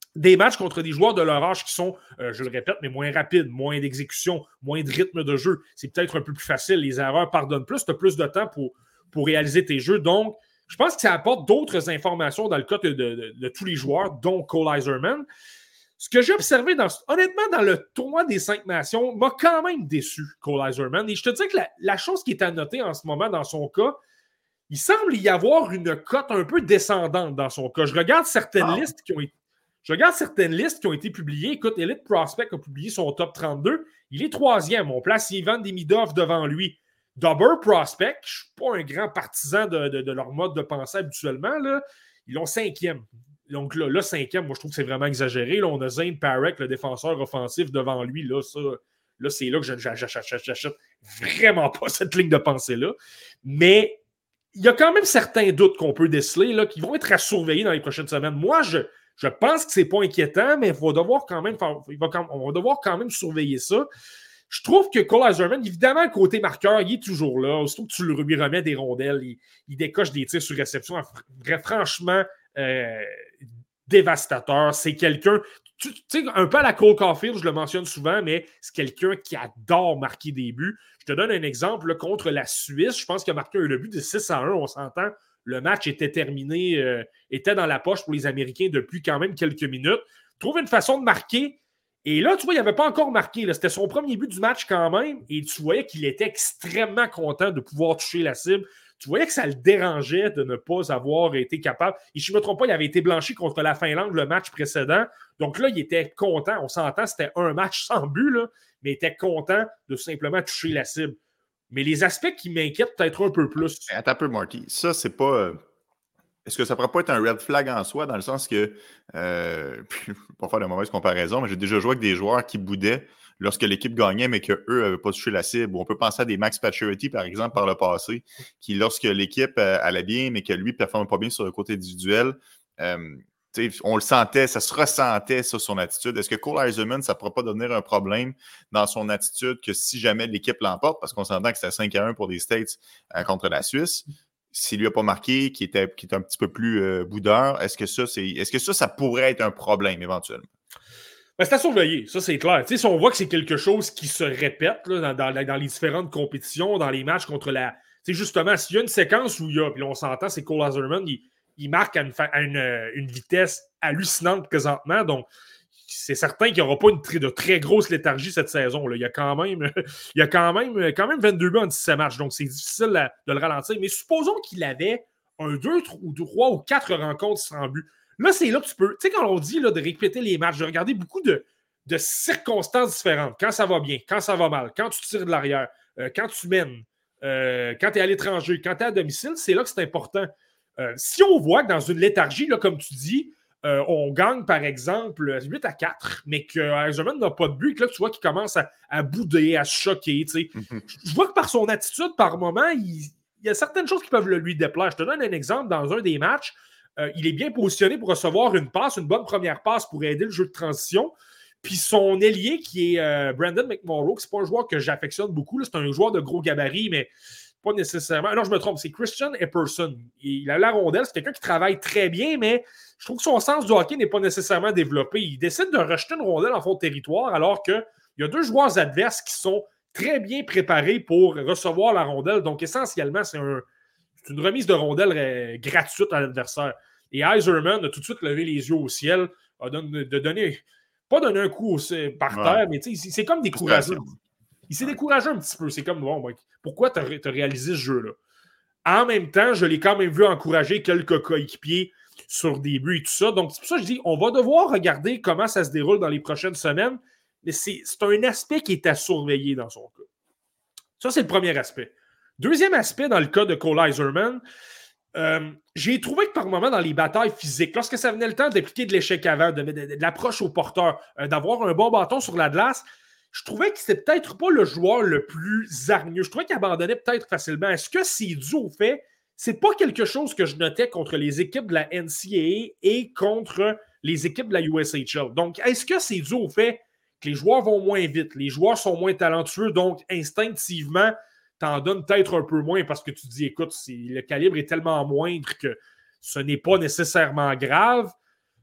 des matchs contre des joueurs de leur âge qui sont, euh, je le répète, mais moins rapides, moins d'exécution, moins de rythme de jeu. C'est peut-être un peu plus facile. Les erreurs pardonnent plus. Tu as plus de temps pour, pour réaliser tes jeux. Donc, je pense que ça apporte d'autres informations dans le cas de, de, de, de tous les joueurs, dont Cole Iserman. Ce que j'ai observé, dans, honnêtement, dans le tournoi des cinq nations, m'a quand même déçu, Cole Iserman. Et je te dis que la, la chose qui est à noter en ce moment dans son cas, il semble y avoir une cote un peu descendante dans son cas. Je regarde certaines ah. listes qui ont été Je regarde certaines listes qui ont été publiées. Écoute, Elite Prospect a publié son top trente-deux. Il est troisième. On place Ivan Demidov devant lui. Dobber Prospect, je ne suis pas un grand partisan de, de, de leur mode de pensée habituellement. Là. Ils l'ont cinquième. Donc là, là, cinquième, moi, je trouve que c'est vraiment exagéré. Là, on a Zane Parek, le défenseur offensif, devant lui. Là, ça, là c'est là que j'achète vraiment pas cette ligne de pensée-là. Mais il y a quand même certains doutes qu'on peut déceler là, qui vont être à surveiller dans les prochaines semaines. Moi, je... Je pense que ce n'est pas inquiétant, mais il va devoir quand même faire, il va, on va devoir quand même surveiller ça. Je trouve que Cole Iserman, évidemment, côté marqueur, il est toujours là. Aussitôt que tu lui remets des rondelles, il, il décoche des tirs sur réception. Franchement, euh, dévastateur. C'est quelqu'un, tu sais, un peu à la Cole Caulfield, je le mentionne souvent, mais c'est quelqu'un qui adore marquer des buts. Je te donne un exemple là, contre la Suisse. Je pense qu'il a marqué un but de six à un, on s'entend. Le match était terminé, euh, était dans la poche pour les Américains depuis quand même quelques minutes. Trouve une façon de marquer. Et là, tu vois, il n'avait pas encore marqué. Là. C'était son premier but du match quand même. Et tu voyais qu'il était extrêmement content de pouvoir toucher la cible. Tu voyais que ça le dérangeait de ne pas avoir été capable. Et je ne me trompe pas, il avait été blanchi contre la Finlande le match précédent. Donc là, il était content. On s'entend, c'était un match sans but, là, mais il était content de simplement toucher la cible. Mais les aspects qui m'inquiètent peut-être un peu plus. Attends un peu, Marty. Ça, c'est pas. Euh... Est-ce que ça ne pourrait pas être un red flag en soi, dans le sens que, euh, je ne vais pas faire de mauvaise comparaison, mais j'ai déjà joué avec des joueurs qui boudaient lorsque l'équipe gagnait, mais qu'eux n'avaient pas touché la cible. On peut penser à des Max Pacioretty, par exemple, par le passé, qui, lorsque l'équipe euh, allait bien, mais que lui ne performe pas bien sur le côté individuel, euh, on le sentait, ça se ressentait, ça, son attitude. Est-ce que Cole Iserman, ça ne pourrait pas devenir un problème dans son attitude que si jamais l'équipe l'emporte, parce qu'on s'entend que c'était cinq à un pour les States euh, contre la Suisse, s'il lui a pas marqué, qui était, qui était un petit peu plus euh, boudeur, est-ce que ça, c'est, est-ce que ça, ça pourrait être un problème éventuellement? Ben, c'est à surveiller, ça c'est clair. T'sais, si on voit que c'est quelque chose qui se répète là, dans, dans, dans les différentes compétitions, dans les matchs contre la... T'sais, justement, s'il y a une séquence où il y a, puis là on s'entend, c'est Cole Iserman, il, il marque à une, à une, une vitesse hallucinante présentement, donc c'est certain qu'il n'y aura pas une de très grosse léthargie cette saison. Là. Il y a quand même, il y a quand même, quand même vingt-deux buts en dix-sept matchs, donc c'est difficile à, de le ralentir. Mais supposons qu'il avait un deux, trois ou quatre rencontres sans but. Là, c'est là que tu peux... Tu sais, quand on dit là, de répéter les matchs, de regarder beaucoup de, de circonstances différentes. Quand ça va bien, quand ça va mal, quand tu tires de l'arrière, euh, quand tu mènes, euh, quand tu es à l'étranger, quand tu es à domicile, c'est là que c'est important. Euh, si on voit que dans une léthargie, là, comme tu dis, euh, on gagne, par exemple, huit à quatre, mais que Iserman n'a pas de but, et que là, tu vois qu'il commence à, à bouder, à se choquer. Mm-hmm. Je vois que par son attitude, par moment, il, il y a certaines choses qui peuvent le lui déplaire. Je te donne un exemple. Dans un des matchs, euh, il est bien positionné pour recevoir une passe, une bonne première passe pour aider le jeu de transition. Puis son ailier, qui est euh, Brandon McMorrow, qui n'est pas un joueur que j'affectionne beaucoup, là, c'est un joueur de gros gabarit, mais pas nécessairement. Non, je me trompe, c'est Christian Epperson. Il a la rondelle, c'est quelqu'un qui travaille très bien, mais je trouve que son sens du hockey n'est pas nécessairement développé. Il décide de rejeter une rondelle en fond de territoire, alors qu'il y a deux joueurs adverses qui sont très bien préparés pour recevoir la rondelle. Donc, essentiellement, c'est, un, c'est une remise de rondelle euh, gratuite à l'adversaire. Et Iserman a tout de suite levé les yeux au ciel, a donné, de donner, pas donner un coup au, par terre, ouais. mais c'est comme découragé. Il s'est découragé un petit peu. C'est comme, bon, ben, pourquoi tu as réalisé ce jeu-là? En même temps, je l'ai quand même vu encourager quelques coéquipiers sur des buts et tout ça. Donc, c'est pour ça que je dis, on va devoir regarder comment ça se déroule dans les prochaines semaines, mais c'est, c'est un aspect qui est à surveiller dans son cas. Ça, c'est le premier aspect. Deuxième aspect, dans le cas de Cole Iserman, euh, j'ai trouvé que par moment, dans les batailles physiques, lorsque ça venait le temps d'appliquer de l'échec avant, de, de, de, de l'approche au porteur, euh, d'avoir un bon bâton sur la glace, je trouvais que c'était peut-être pas le joueur le plus hargneux. Je trouvais qu'il abandonnait peut-être facilement. Est-ce que c'est dû au fait? C'est pas quelque chose que je notais contre les équipes de la N C A A et contre les équipes de la U S H L. Donc, est-ce que c'est dû au fait que les joueurs vont moins vite, les joueurs sont moins talentueux, donc instinctivement, t'en donnes peut-être un peu moins parce que tu te dis, écoute, c'est, le calibre est tellement moindre que ce n'est pas nécessairement grave.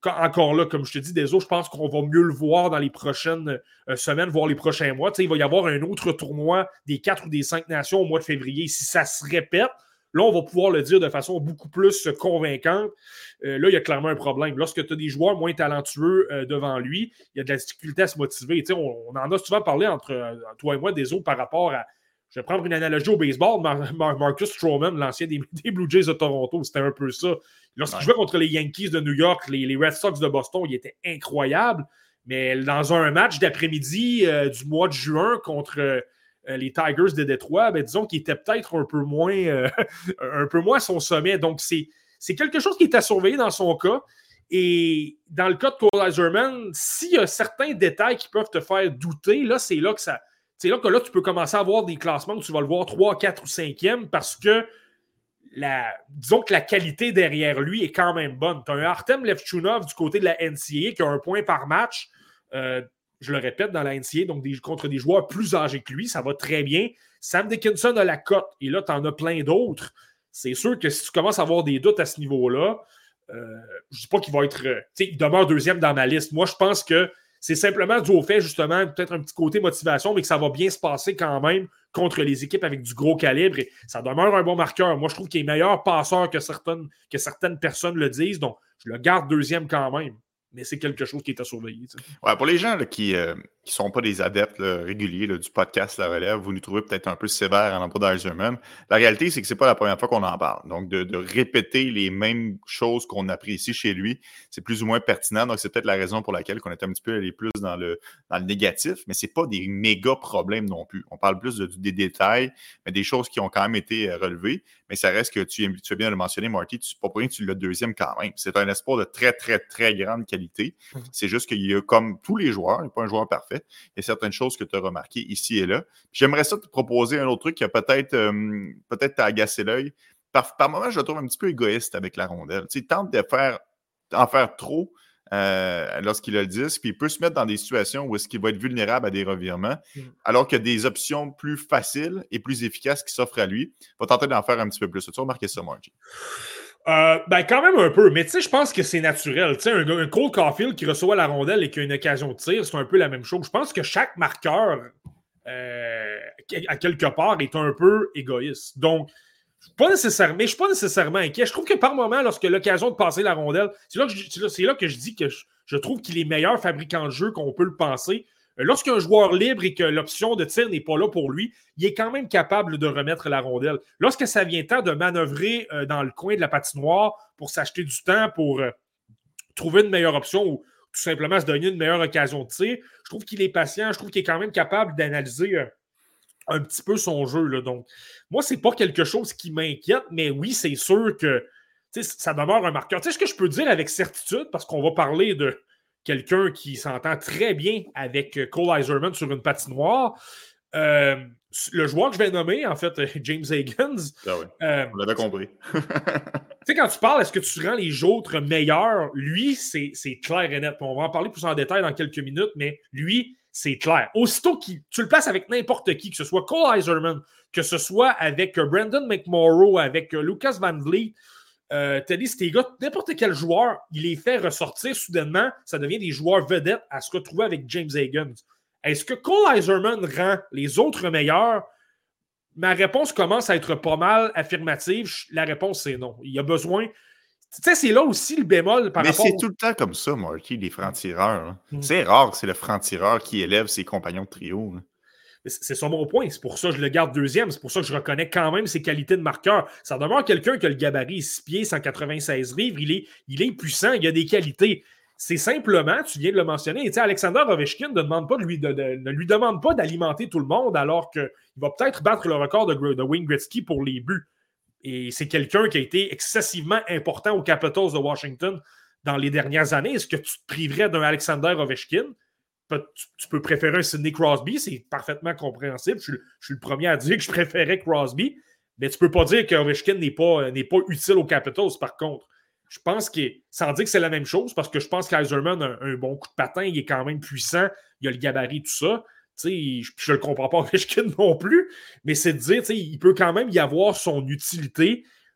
encore là, comme je te dis, des autres, je pense qu'on va mieux le voir dans les prochaines euh, semaines, voire les prochains mois. T'sais, il va y avoir un autre tournoi des quatre ou des cinq nations au mois de février. Si ça se répète, là, on va pouvoir le dire de façon beaucoup plus convaincante. Euh, là, il y a clairement un problème. Lorsque tu as des joueurs moins talentueux euh, devant lui, il y a de la difficulté à se motiver. On, on en a souvent parlé entre euh, toi et moi, des autres, par rapport à... Je vais prendre une analogie au baseball. Mar- Mar- Marcus Stroman, l'ancien des, des Blue Jays de Toronto, c'était un peu ça. Lorsqu'il ouais. jouait contre les Yankees de New York, les, les Red Sox de Boston, il était incroyable. Mais dans un match d'après-midi euh, du mois de juin contre euh, les Tigers de Détroit, ben, disons qu'il était peut-être un peu moins euh, un peu moins à son sommet. Donc, c'est, c'est quelque chose qui est à surveiller dans son cas. Et dans le cas de Cole Eiserman, s'il y a certains détails qui peuvent te faire douter, là, c'est là que ça... C'est là que là, tu peux commencer à avoir des classements où tu vas le voir trois, quatre ou cinquième parce que la, disons que la qualité derrière lui est quand même bonne. Tu as un Artem Levchunov du côté de la N C A A qui a un point par match. Euh, je le répète, dans la N C A A, donc des, contre des joueurs plus âgés que lui, ça va très bien. Sam Dickinson a la cote et là, tu en as plein d'autres. C'est sûr que si tu commences à avoir des doutes à ce niveau-là, euh, je ne dis pas qu'il va être... Tu sais, il demeure deuxième dans ma liste. Moi, je pense que c'est simplement dû au fait, justement, peut-être un petit côté motivation, mais que ça va bien se passer quand même contre les équipes avec du gros calibre. Et ça demeure un bon marqueur. Moi, je trouve qu'il est meilleur passeur que certaines, que certaines personnes le disent. Donc, je le garde deuxième quand même. Mais c'est quelque chose qui est à surveiller. Ouais, pour les gens là, qui ne euh, sont pas des adeptes là, réguliers là, du podcast La Relève, vous nous trouvez peut-être un peu sévères à l'endroit d'Eiserman. La réalité, c'est que ce n'est pas la première fois qu'on en parle. Donc, de, de répéter les mêmes choses qu'on apprécie chez lui, c'est plus ou moins pertinent. Donc, c'est peut-être la raison pour laquelle on est un petit peu allé plus dans le, dans le négatif, mais ce n'est pas des méga problèmes non plus. On parle plus de, des détails, mais des choses qui ont quand même été relevées. Mais ça reste que tu, tu fais bien le mentionner, Marty, tu, pas pour rien que tu l'as deuxième quand même. C'est un espoir de très, très, très grande qualité. Mmh. C'est juste qu'il y a, comme tous les joueurs, il n'y a pas un joueur parfait, il y a certaines choses que tu as remarquées ici et là. Puis j'aimerais ça te proposer un autre truc qui a peut-être euh, peut-être t'a agacé l'œil. Par, par moments, je le trouve un petit peu égoïste avec la rondelle. Tu sais, il tente de faire, en faire trop euh, lorsqu'il a le dix, puis il peut se mettre dans des situations où est-ce qu'il va être vulnérable à des revirements, mmh. alors qu'il y a des options plus faciles et plus efficaces qui s'offrent à lui. Il va tenter d'en faire un petit peu plus. As-tu remarqué ça, Margie? Euh, ben quand même un peu, mais tu sais, je pense que c'est naturel. Tu sais, un, un Cole Caulfield qui reçoit la rondelle et qui a une occasion de tir, c'est un peu la même chose. Je pense que chaque marqueur, euh, à quelque part, est un peu égoïste. Donc, pas nécessairement, mais je ne suis pas nécessairement inquiet. Je trouve que par moment, lorsque l'occasion de passer la rondelle, c'est là que je, c'est là que je dis que je, je trouve qu'il est meilleur fabricant de jeu qu'on peut le penser. Lorsqu'un joueur libre et que l'option de tir n'est pas là pour lui, il est quand même capable de remettre la rondelle. Lorsque ça vient temps de manœuvrer euh, dans le coin de la patinoire pour s'acheter du temps, pour euh, trouver une meilleure option ou tout simplement se donner une meilleure occasion de tir, je trouve qu'il est patient, je trouve qu'il est quand même capable d'analyser euh, un petit peu son jeu. Là. Donc, moi, c'est pas quelque chose qui m'inquiète, mais oui, c'est sûr que ça demeure un marqueur. Tu sais, ce que je peux dire avec certitude, parce qu'on va parler de quelqu'un qui s'entend très bien avec Cole Eiserman sur une patinoire. Euh, le joueur que je vais nommer, en fait, James Higgins. Ah oui, euh, on l'avait compris. Tu sais, quand tu parles, est-ce que tu rends les autres meilleurs? Lui, c'est, c'est clair et net. On va en parler plus en détail dans quelques minutes, mais lui, c'est clair. Aussitôt que tu le places avec n'importe qui, que ce soit Cole Eiserman, que ce soit avec Brandon McMorrow, avec Lucas Van Vliet, Euh, t'as dit, ces gars, n'importe quel joueur, il les fait ressortir soudainement, ça devient des joueurs vedettes à se retrouver avec James Higgins. Est-ce que Cole Eiserman rend les autres meilleurs? Ma réponse commence à être pas mal affirmative. La réponse, c'est non. Il y a besoin... Tu sais, c'est là aussi le bémol par Mais rapport... Mais c'est au... tout le temps comme ça, Marky, les francs-tireurs. Hein. Mm. C'est rare que c'est le franc-tireur qui élève ses compagnons de trio. Hein. C'est ça mon point. C'est pour ça que je le garde deuxième. C'est pour ça que je reconnais quand même ses qualités de marqueur. Ça demeure quelqu'un qui a le gabarit six pieds, cent quatre-vingt-seize livres. Il est, il est puissant, il a des qualités. C'est simplement, tu viens de le mentionner, et Alexander Ovechkin ne, demande pas de lui, de, de, ne lui demande pas d'alimenter tout le monde alors qu'il va peut-être battre le record de, de Wayne Gretzky pour les buts. Et c'est quelqu'un qui a été excessivement important aux Capitals de Washington dans les dernières années. Est-ce que tu te priverais d'un Alexander Ovechkin? Tu peux préférer un Sidney Crosby, c'est parfaitement compréhensible. Je suis, je suis le premier à dire que je préférais Crosby, mais tu ne peux pas dire qu'Ovechkin n'est pas, n'est pas utile aux Capitals, par contre. Je pense que, sans dire que c'est la même chose, parce que je pense qu'Eiserman a un, un bon coup de patin, il est quand même puissant, il a le gabarit, tout ça. Tu sais, je ne le comprends pas Ovechkin non plus, mais c'est de dire, tu sais, il peut quand même y avoir son utilité,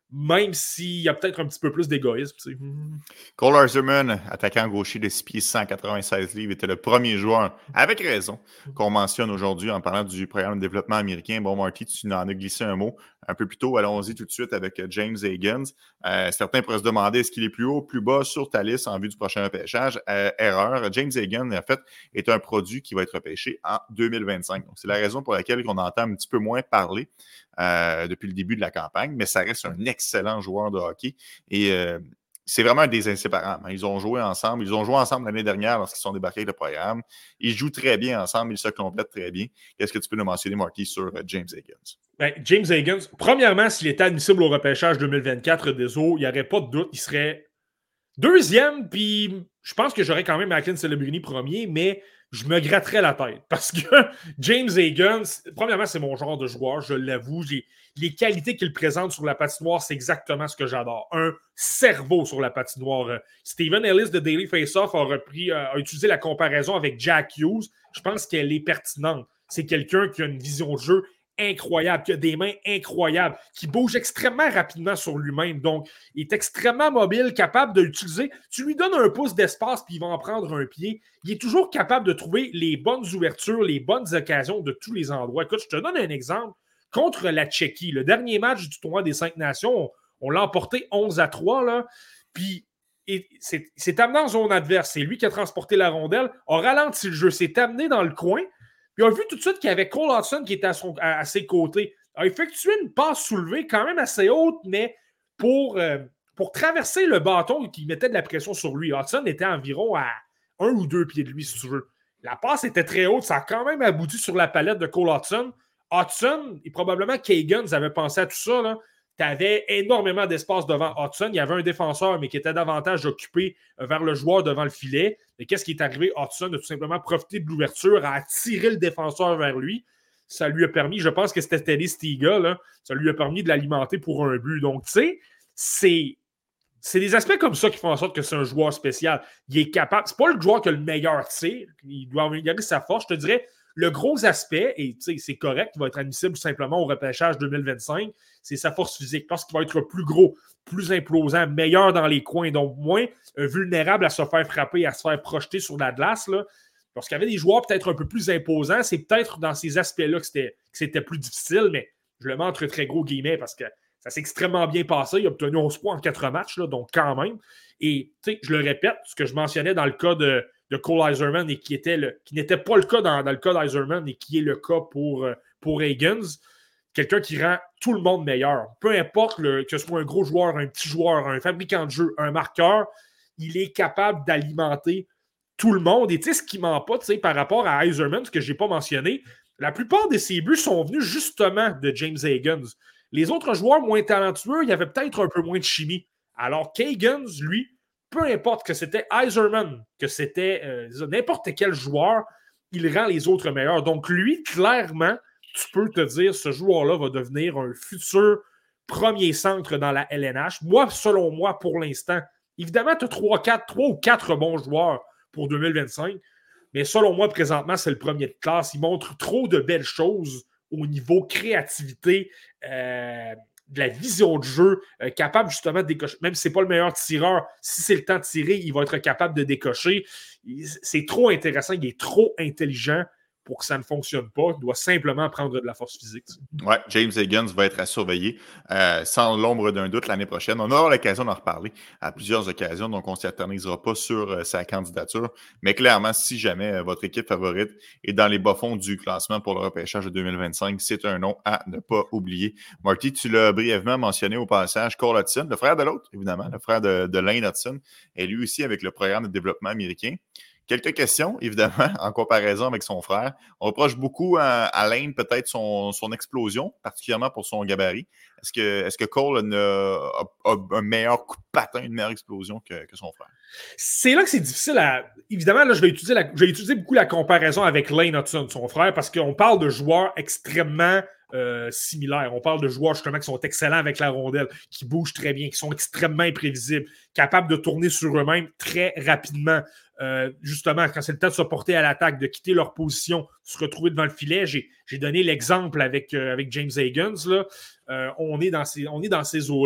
même s'il y a peut-être un petit peu plus d'égoïsme. Tu sais. Cole Eiserman, attaquant gaucher de six pieds cent quatre-vingt-seize livres, était le premier joueur, avec raison, qu'on mentionne aujourd'hui en parlant du programme de développement américain. Bon, Marty, tu en as glissé un mot un peu plus tôt. Allons-y tout de suite avec James Higgins. Euh, certains pourraient se demander est-ce qu'il est plus haut, plus bas sur ta liste en vue du prochain repêchage. Euh, erreur. James Higgins, en fait, est un produit qui va être repêché en deux mille vingt-cinq. Donc, c'est la raison pour laquelle on entend un petit peu moins parler euh, depuis le début de la campagne, mais ça reste un excellent joueur de hockey et euh, c'est vraiment un des inséparables. Ils ont joué ensemble. Ils ont joué ensemble l'année dernière lorsqu'ils sont débarqués avec le programme. Ils jouent très bien ensemble. Ils se complètent très bien. Qu'est-ce que tu peux nous mentionner, Marty, sur James Higgins? Ben, James Higgins, premièrement, s'il était admissible au repêchage deux mille vingt-quatre des eaux, il n'y aurait pas de doute. Il serait deuxième, puis je pense que j'aurais quand même Macklin Celebrini premier, mais je me gratterais la tête parce que James Higgins, premièrement, c'est mon genre de joueur, je l'avoue. J'ai, les qualités qu'il présente sur la patinoire, c'est exactement ce que j'adore. Un cerveau sur la patinoire. Stephen Ellis de Daily Face-Off a, repris, a utilisé la comparaison avec Jack Hughes. Je pense qu'elle est pertinente. C'est quelqu'un qui a une vision de jeu incroyable, qui a des mains incroyables, qui bouge extrêmement rapidement sur lui-même. Donc, il est extrêmement mobile, capable de l'utiliser. Tu lui donnes un pouce d'espace, puis il va en prendre un pied. Il est toujours capable de trouver les bonnes ouvertures, les bonnes occasions de tous les endroits. Écoute, je te donne un exemple. Contre la Tchéquie, le dernier match du tournoi des cinq nations, on, on l'a emporté onze à trois, là. Puis, et c'est, c'est amené en zone adverse. C'est lui qui a transporté la rondelle, a ralenti le jeu, s'est amené dans le coin. Puis on a vu tout de suite qu'il y avait Cole Hudson qui était à, son, à, à ses côtés. Il a effectué une passe soulevée quand même assez haute, mais pour, euh, pour traverser le bâton qui mettait de la pression sur lui. Hudson était environ à un ou deux pieds de lui, si tu veux. La passe était très haute. Ça a quand même abouti sur la palette de Cole Hudson. Hudson, et probablement Kagan avait pensé à tout ça, tu avais énormément d'espace devant Hudson. Il y avait un défenseur, mais qui était davantage occupé vers le joueur devant le filet. Et qu'est-ce qui est arrivé? Hudson a tout simplement profité de l'ouverture, a attiré le défenseur vers lui. Ça lui a permis, je pense que c'était Teddy Stiga, là, ça lui a permis de l'alimenter pour un but. Donc, tu sais, c'est, c'est des aspects comme ça qui font en sorte que c'est un joueur spécial. Il est capable, c'est pas le joueur qui a le meilleur tir, il doit améliorer sa force, je te dirais. Le gros aspect, et c'est correct, il va être admissible tout simplement au repêchage deux mille vingt-cinq, c'est sa force physique, parce qu'il va être plus gros, plus imposant, meilleur dans les coins, donc moins euh, vulnérable à se faire frapper, à se faire projeter sur la glace. Là. Lorsqu'il y avait des joueurs peut-être un peu plus imposants, c'est peut-être dans ces aspects-là que c'était, que c'était plus difficile, mais je le mets entre très gros guillemets parce que ça s'est extrêmement bien passé. Il a obtenu onze points en quatre matchs, là, donc quand même. Et je le répète, ce que je mentionnais dans le cas de... de Cole Eiserman et qui, était le, qui n'était pas le cas dans, dans le cas d'Eiserman et qui est le cas pour, pour Higgins, quelqu'un qui rend tout le monde meilleur. Peu importe le, que ce soit un gros joueur, un petit joueur, un fabricant de jeu, un marqueur, il est capable d'alimenter tout le monde. Et tu sais, ce qui ment pas, tu sais, par rapport à Eiserman, ce que je n'ai pas mentionné, la plupart de ses buts sont venus justement de James Higgins. Les autres joueurs moins talentueux, il y avait peut-être un peu moins de chimie. Alors qu'Higgins, lui, peu importe que c'était Eiserman, que c'était euh, n'importe quel joueur, il rend les autres meilleurs. Donc lui, clairement, tu peux te dire ce joueur-là va devenir un futur premier centre dans la L N H. Moi, selon moi, pour l'instant, évidemment, tu as trois, quatre, trois ou quatre bons joueurs pour deux mille vingt-cinq, mais selon moi, présentement, c'est le premier de classe. Il montre trop de belles choses au niveau créativité, euh, de la vision de jeu, euh, capable justement de décocher. Même si ce n'est pas le meilleur tireur, si c'est le temps de tirer, il va être capable de décocher. C'est trop intéressant, il est trop intelligent pour que ça ne fonctionne pas. Il doit simplement prendre de la force physique. Oui, James Higgins va être à surveiller euh, sans l'ombre d'un doute l'année prochaine. On aura l'occasion d'en reparler à plusieurs occasions, donc on ne s'éternisera pas sur euh, sa candidature. Mais clairement, si jamais euh, votre équipe favorite est dans les bas-fonds du classement pour le repêchage de deux mille vingt-cinq, c'est un nom à ne pas oublier. Marty, tu l'as brièvement mentionné au passage, Cole Hudson, le frère de l'autre, évidemment, le frère de, de Lane Hudson, et lui aussi avec le programme de développement américain. Quelques questions, évidemment, en comparaison avec son frère. On reproche beaucoup à, à Lane peut-être son, son explosion, particulièrement pour son gabarit. Est-ce que, est-ce que Cole a, a, a un meilleur coup de patin, une meilleure explosion que, que son frère? C'est là que c'est difficile à... Évidemment, là, je vais utiliser, la... je vais utiliser beaucoup la comparaison avec Lane Hudson, son frère, parce qu'on parle de joueurs extrêmement euh, similaires. On parle de joueurs justement qui sont excellents avec la rondelle, qui bougent très bien, qui sont extrêmement imprévisibles, capables de tourner sur eux-mêmes très rapidement. Euh, justement, quand c'est le temps de se porter à l'attaque, de quitter leur position, se retrouver devant le filet. J'ai, j'ai donné l'exemple avec, euh, avec James Higgins. Là. Euh, on, est dans ces, on est dans ces eaux-là.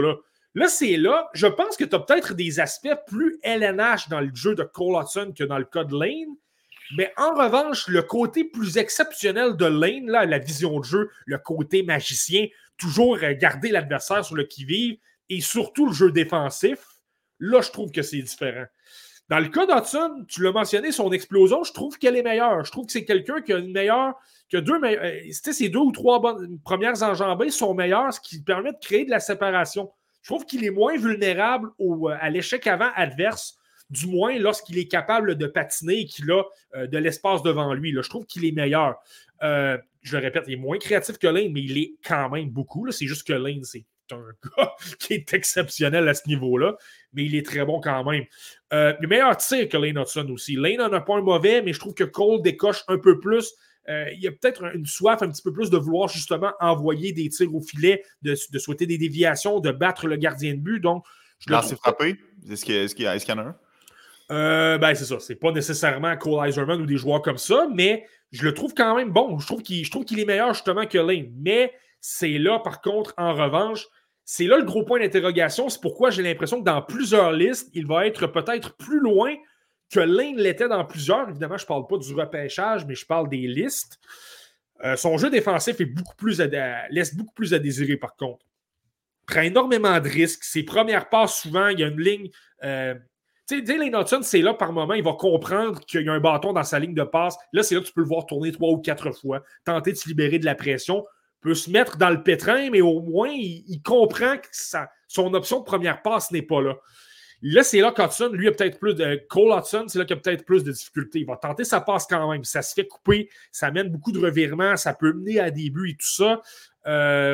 Là, c'est là. Je pense que tu as peut-être des aspects plus L N H dans le jeu de Cole Hudson que dans le cas de Lane. Mais en revanche, le côté plus exceptionnel de Lane, là, la vision de jeu, le côté magicien, toujours garder l'adversaire sur le qui-vive et surtout le jeu défensif, là, je trouve que c'est différent. Dans le cas d'Hudson, tu l'as mentionné, son explosion, je trouve qu'elle est meilleure. Je trouve que c'est quelqu'un qui a une meilleure, que deux, me... ces deux ou trois bonnes premières enjambées sont meilleures, ce qui permet de créer de la séparation. Je trouve qu'il est moins vulnérable au, à l'échec avant adverse, du moins lorsqu'il est capable de patiner et qu'il a euh, de l'espace devant lui. Là. Je trouve qu'il est meilleur. Euh, je le répète, il est moins créatif que Lane, mais il est quand même beaucoup. Là. C'est juste que Lane, c'est un gars qui est exceptionnel à ce niveau-là, mais il est très bon quand même. Euh, le meilleur tir que Lane Hudson aussi. Lane en a pas un mauvais, mais je trouve que Cole décoche un peu plus. Euh, il y a peut-être une soif un petit peu plus de vouloir justement envoyer des tirs au filet, de, de souhaiter des déviations, de battre le gardien de but. Donc, je Lancer frappé, est-ce qu'il y, est-ce qu'il y, est-ce qu'il y en a un? Euh, ben, c'est ça. C'est pas nécessairement Cole Iserman ou des joueurs comme ça, mais je le trouve quand même bon. Je trouve qu'il, je trouve qu'il est meilleur justement que Lane. Mais c'est là, par contre, en revanche, c'est là le gros point d'interrogation. C'est pourquoi j'ai l'impression que dans plusieurs listes, il va être peut-être plus loin que Lane l'était dans plusieurs. Évidemment, je ne parle pas du repêchage, mais je parle des listes. Euh, son jeu défensif est beaucoup plus à, laisse beaucoup plus à désirer, par contre. Il prend énormément de risques. Ses premières passes, souvent, il y a une ligne... Euh, tu sais, Lane Hudson, c'est là, par moment, il va comprendre qu'il y a un bâton dans sa ligne de passe. Là, c'est là que tu peux le voir tourner trois ou quatre fois, tenter de se libérer de la pression, peut se mettre dans le pétrin, mais au moins, il, il comprend que sa, son option de première passe n'est pas là. Là, c'est là qu'Hudson, lui, a peut-être plus de... Cole Hudson, c'est là qu'il a peut-être plus de difficultés. Il va tenter sa passe quand même. Ça se fait couper, ça amène beaucoup de revirements, ça peut mener à des buts et tout ça. Euh...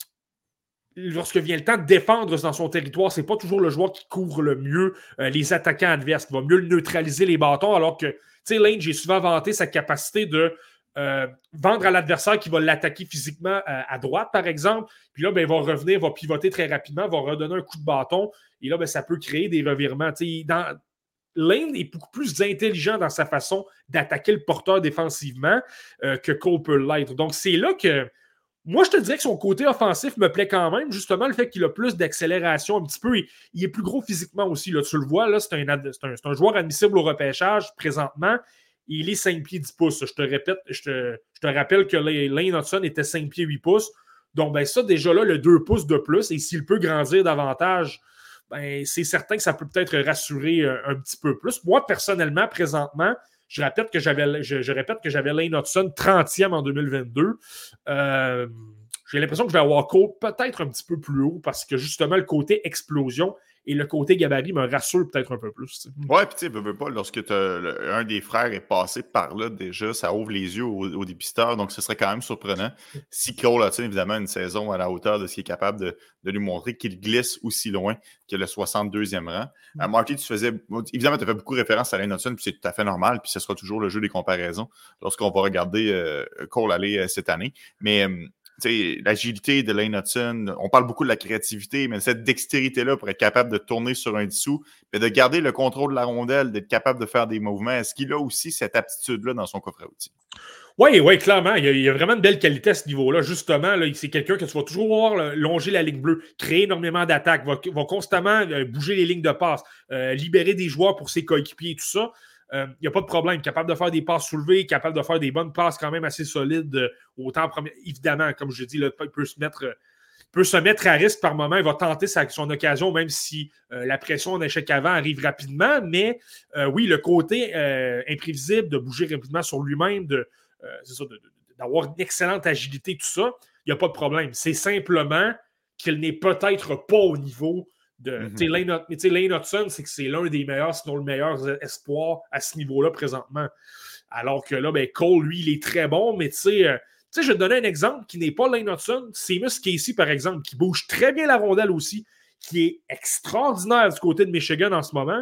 Lorsque vient le temps de défendre dans son territoire, c'est pas toujours le joueur qui couvre le mieux euh, les attaquants adverses, qui va mieux neutraliser les bâtons, alors que, tu sais, Lane, j'ai souvent vanté sa capacité de euh, vendre à l'adversaire qui va l'attaquer physiquement euh, à droite, par exemple, puis là, ben, il va revenir, va pivoter très rapidement, va redonner un coup de bâton, et là, ben, ça peut créer des revirements. Tu sais, dans... Lane est beaucoup plus intelligent dans sa façon d'attaquer le porteur défensivement euh, que Cole peut l'être. Donc, c'est là que moi, je te dirais que son côté offensif me plaît quand même. Justement, le fait qu'il a plus d'accélération un petit peu. Il, il est plus gros physiquement aussi. Là, tu le vois, là, c'est, un, c'est, un, c'est un joueur admissible au repêchage présentement. Il est cinq pieds dix pouces. Je te répète, je te, je te rappelle que Lane Hudson était cinq pieds huit pouces. Donc, ben ça, déjà là, le deux pouces de plus. Et s'il peut grandir davantage, ben, c'est certain que ça peut peut-être rassurer un, un petit peu plus. Moi, personnellement, présentement, Je répète que j'avais, je, je répète que j'avais Lane Hudson trentième en deux mille vingt-deux. Euh, j'ai l'impression que je vais avoir Cole peut-être un petit peu plus haut parce que justement, le côté explosion et le côté gabarit me rassure peut-être un peu plus. Ouais, puis tu sais, veux, veux pas, lorsque le, un des frères est passé par là déjà, ça ouvre les yeux aux, aux dépisteurs, donc ce serait quand même surprenant si Cole a évidemment une saison à la hauteur de ce qu'il est capable de, de lui montrer qu'il glisse aussi loin que le soixante-deuxième rang. Mm. À Marty, tu faisais, évidemment, tu as fait beaucoup référence à Lane Hudson, puis c'est tout à fait normal, puis ce sera toujours le jeu des comparaisons lorsqu'on va regarder euh, Cole aller euh, cette année. Mais euh, t'sais, l'agilité de Lane Hudson, on parle beaucoup de la créativité, mais cette dextérité-là pour être capable de tourner sur un dessous, mais de garder le contrôle de la rondelle, d'être capable de faire des mouvements, est-ce qu'il a aussi cette aptitude-là dans son coffre à outils? Oui, oui, clairement. Il y, a, il y a vraiment une belle qualité à ce niveau-là. Justement, là, c'est quelqu'un que tu vas toujours voir là, longer la ligne bleue, créer énormément d'attaques, va, va constamment euh, bouger les lignes de passe, euh, libérer des joueurs pour ses coéquipiers et tout ça. Il euh, n'y a pas de problème. Capable de faire des passes soulevées, capable de faire des bonnes passes quand même assez solides. Euh, autant premier... Évidemment, comme je dis, là, il peut se mettre... Euh, peut se mettre à risque par moment. Il va tenter sa, son occasion, même si euh, la pression en échec avant arrive rapidement. Mais euh, oui, le côté euh, imprévisible de bouger rapidement sur lui-même, de, euh, c'est ça, de, de, d'avoir une excellente agilité, tout ça, il n'y a pas de problème. C'est simplement qu'il n'est peut-être pas au niveau de... Mm-hmm. Lane, mais Lane Hudson, c'est que c'est l'un des meilleurs, sinon le meilleur espoir à ce niveau-là présentement. Alors que là, ben, Cole, lui, il est très bon, mais tu sais... Euh, Tu sais, je vais te donner un exemple qui n'est pas Lane Hudson. C'est Seamus Casey, par exemple, qui bouge très bien la rondelle aussi, qui est extraordinaire du côté de Michigan en ce moment.